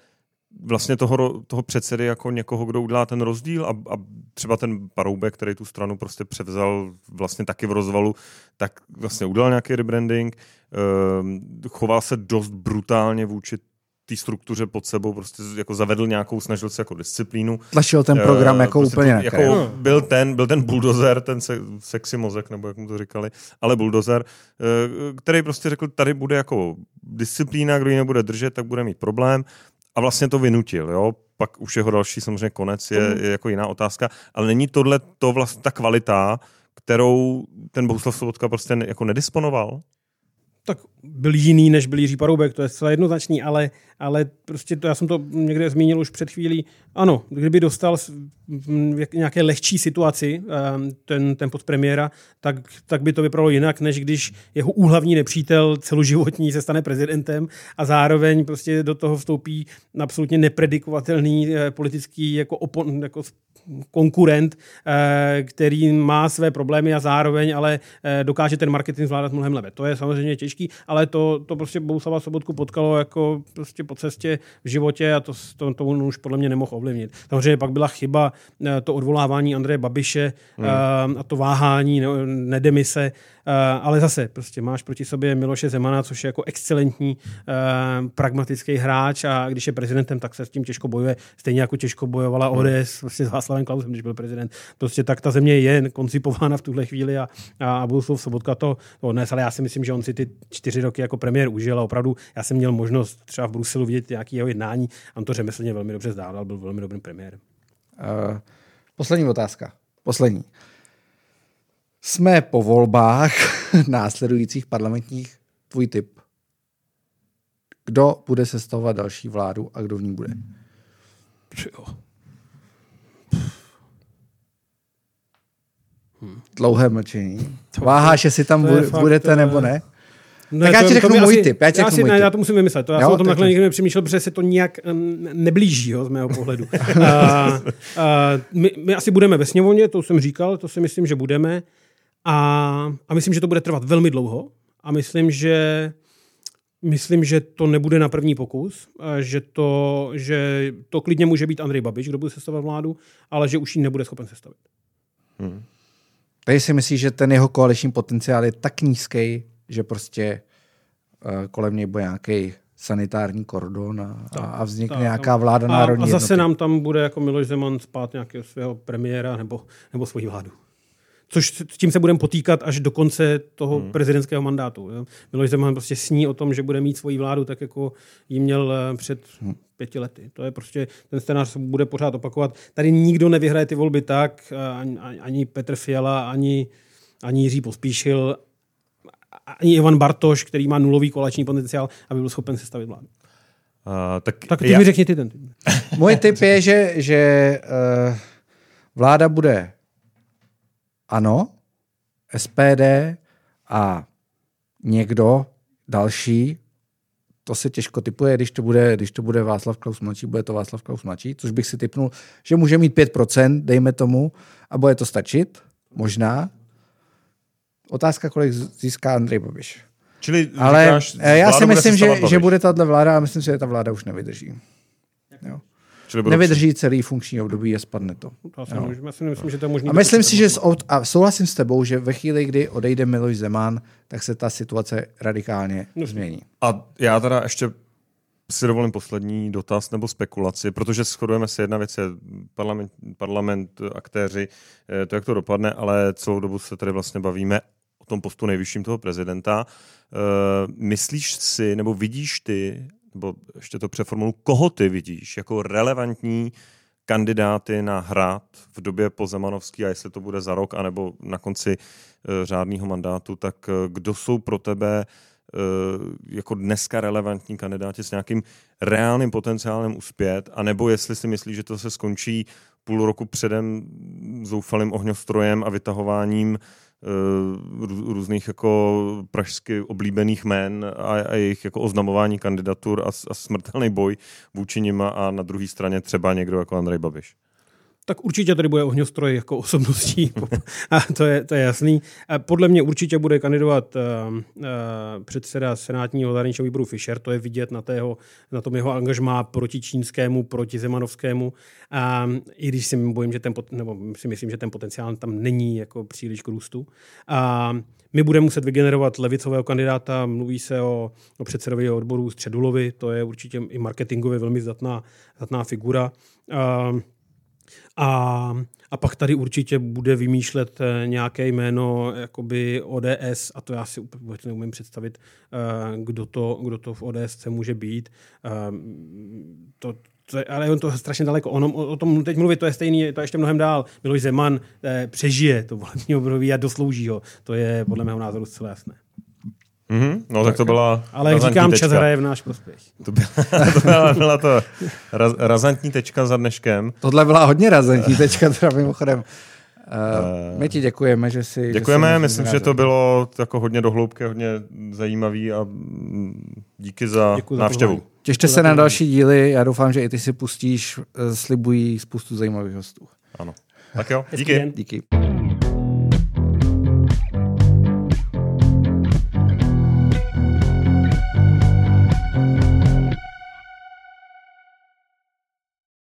vlastně toho předsedy jako někoho, kdo udělá ten rozdíl a třeba ten Paroubek, který tu stranu prostě převzal vlastně taky v rozvalu, tak vlastně udělal nějaký rebranding, choval se dost brutálně vůči té struktuře pod sebou, prostě jako zavedl nějakou, snažil se jako disciplínu. Tlačil ten program jako prostě úplně jako byl ten bulldozer, ten sexy mozek, nebo jak mu to říkali, ale bulldozer, který prostě řekl, tady bude jako disciplína, kdo ji nebude držet, tak bude mít problém. A vlastně to vynutil, jo. Pak už jeho další samozřejmě konec je jako jiná otázka, ale není tohle to vlastně ta kvalita, kterou ten Bohuslav Sobotka prostě jako nedisponoval? Tak byl jiný, než byl Jiří Paroubek, to je zcela jednoznačný, ale prostě to, já jsem to někde zmínil už před chvílí. Ano, kdyby dostal v nějaké lehčí situaci ten podpremiéra, tak by to vypadalo jinak, než když jeho úhlavní nepřítel celoživotní se stane prezidentem a zároveň prostě do toho vstoupí absolutně nepredikovatelný politický jako konkurent, který má své problémy a zároveň ale dokáže ten marketing zvládat mnohem lépe. To je samozřejmě těžký, ale to prostě Bohuslava Sobotku potkalo jako prostě po cestě v životě a to on už podle mě nemohl ovlivnit. Samozřejmě pak byla chyba to odvolávání Andreje Babiše a to váhání, nedemise, ale zase prostě máš proti sobě Miloše Zemana, což je jako excelentní pragmatický hráč a když je prezidentem, tak se s tím těžko bojuje. Stejně jako těžko bojovala ODS prostě s Václavem Klausem, když byl prezident. Prostě tak ta země je koncipována v tuhle chvíli a Bohuslav Sobotka to odnes, ale já si myslím, že on si ty 4 roky jako premiér užil a opravdu já jsem měl možnost třeba v Bruselu vidět nějaký jeho jednání a on to řemeslně velmi dobře zvládal, byl velmi dobrým premiérem. Poslední otázka. Poslední. Jsme po volbách následujících parlamentních. Tvůj tip. Kdo bude sestavovat další vládu a kdo v ní bude? Dlouhé mlčení. Váháš, jestli tam budete nebo ne? Ne, tak já ti řeknu můj tip. Já to musím vymyslet. Já jsem o tom takhle nikdy nepřemýšlel, protože se to nijak neblíží, z mého pohledu. My asi budeme ve sněmovně, to jsem říkal, to si myslím, že budeme. A myslím, že to bude trvat velmi dlouho. A myslím, že to nebude na první pokus, že to klidně může být Andrej Babiš, kdo bude sestavovat vládu, ale že už ji nebude schopen sestavit. Tady si myslíš, že ten jeho koaliční potenciál je tak nízký, že prostě kolem něj bude nějaký sanitární kordon a vznikne nějaká vláda národní jednoty. A zase nám tam bude jako Miloš Zeman spát nějakého svého premiéra nebo svoji vládu. Což s tím se budeme potýkat až do konce toho prezidentského mandátu. Jo? Miloš Zeman prostě sní o tom, že bude mít svoji vládu tak, jako ji měl před 5 lety. To je prostě, ten scénář se bude pořád opakovat. Tady nikdo nevyhraje ty volby tak, ani Petr Fiala, ani Jiří Pospíšil, ani Ivan Bartoš, který má nulový koaliční potenciál, aby byl schopen sestavit vládu. Tak ty mi řekni ty ten tip. Můj tip je, že vláda bude ANO, SPD a někdo další. To se těžko tipuje, když to bude Václav Klaus mladší, bude to Václav Klaus mladší, což bych si tipnul, že může mít 5%, dejme tomu, a bude to stačit, možná. Otázka, kolik získá Andrej Babiš. Čili ale říkáš, já si myslím, že bude tato vláda a myslím si, že ta vláda už nevydrží. Jo. Nevydrží celý funkční období a spadne to. Já si nemyslím, že to je možný. A myslím si, že souhlasím s tebou, že ve chvíli, kdy odejde Miloš Zeman, tak se ta situace radikálně změní. A já teda ještě si dovolím poslední dotaz nebo spekulaci, protože shodujeme se, jedna věc je parlament, aktéři, to, jak to dopadne, ale celou dobu se tady vlastně bavíme o tom postu nejvyšším toho prezidenta. Myslíš si, nebo vidíš ty, nebo ještě to přeformuluji, koho ty vidíš jako relevantní kandidáty na hrad v době po Zemanovský, a jestli to bude za rok, anebo na konci řádného mandátu, tak kdo jsou pro tebe jako dneska relevantní kandidáti s nějakým reálným potenciálem uspět, anebo jestli si myslíš, že to se skončí půl roku předem zoufalým ohňostrojem a vytahováním různých jako pražsky oblíbených jmen a jejich jako oznamování kandidatur a smrtelný boj vůči nima a na druhé straně třeba někdo jako Andrej Babiš. Tak určitě tady bude ohňostroj jako osobností, a to je jasný. Podle mě určitě bude kandidovat předseda senátního zahraničního výboru Fischer, to je vidět na tom jeho angažmá proti čínskému, proti zemanovskému. I když si myslím, že ten potenciál tam není jako příliš k růstu. My budeme muset vygenerovat levicového kandidáta, mluví se o předsedovi odboru Středulovi, to je určitě i marketingově velmi zdatná figura. A pak tady určitě bude vymýšlet nějaké jméno jakoby ODS, a to já si úplně neumím představit, kdo to v ODS může být. Ale on to strašně daleko. O tom teď mluvit, to je stejný, to je ještě mnohem dál. Miloš Zeman přežije to volební období a doslouží ho. To je podle mého názoru zcela jasné. Mm-hmm, no tak to byla ale jak říkám, čas hraje v náš prospěch. Byla to razantní tečka za dneškem. Tohle byla hodně razantní tečka, teda mimochodem. My ti děkujeme, že jsi... Děkujeme, myslím, že to bylo jako hodně dohloubky, hodně zajímavý a díky za návštěvu. Těšte se na další díly, já doufám, že i ty si pustíš, slibují spoustu zajímavých hostů. Ano. Tak jo, díky. Díky.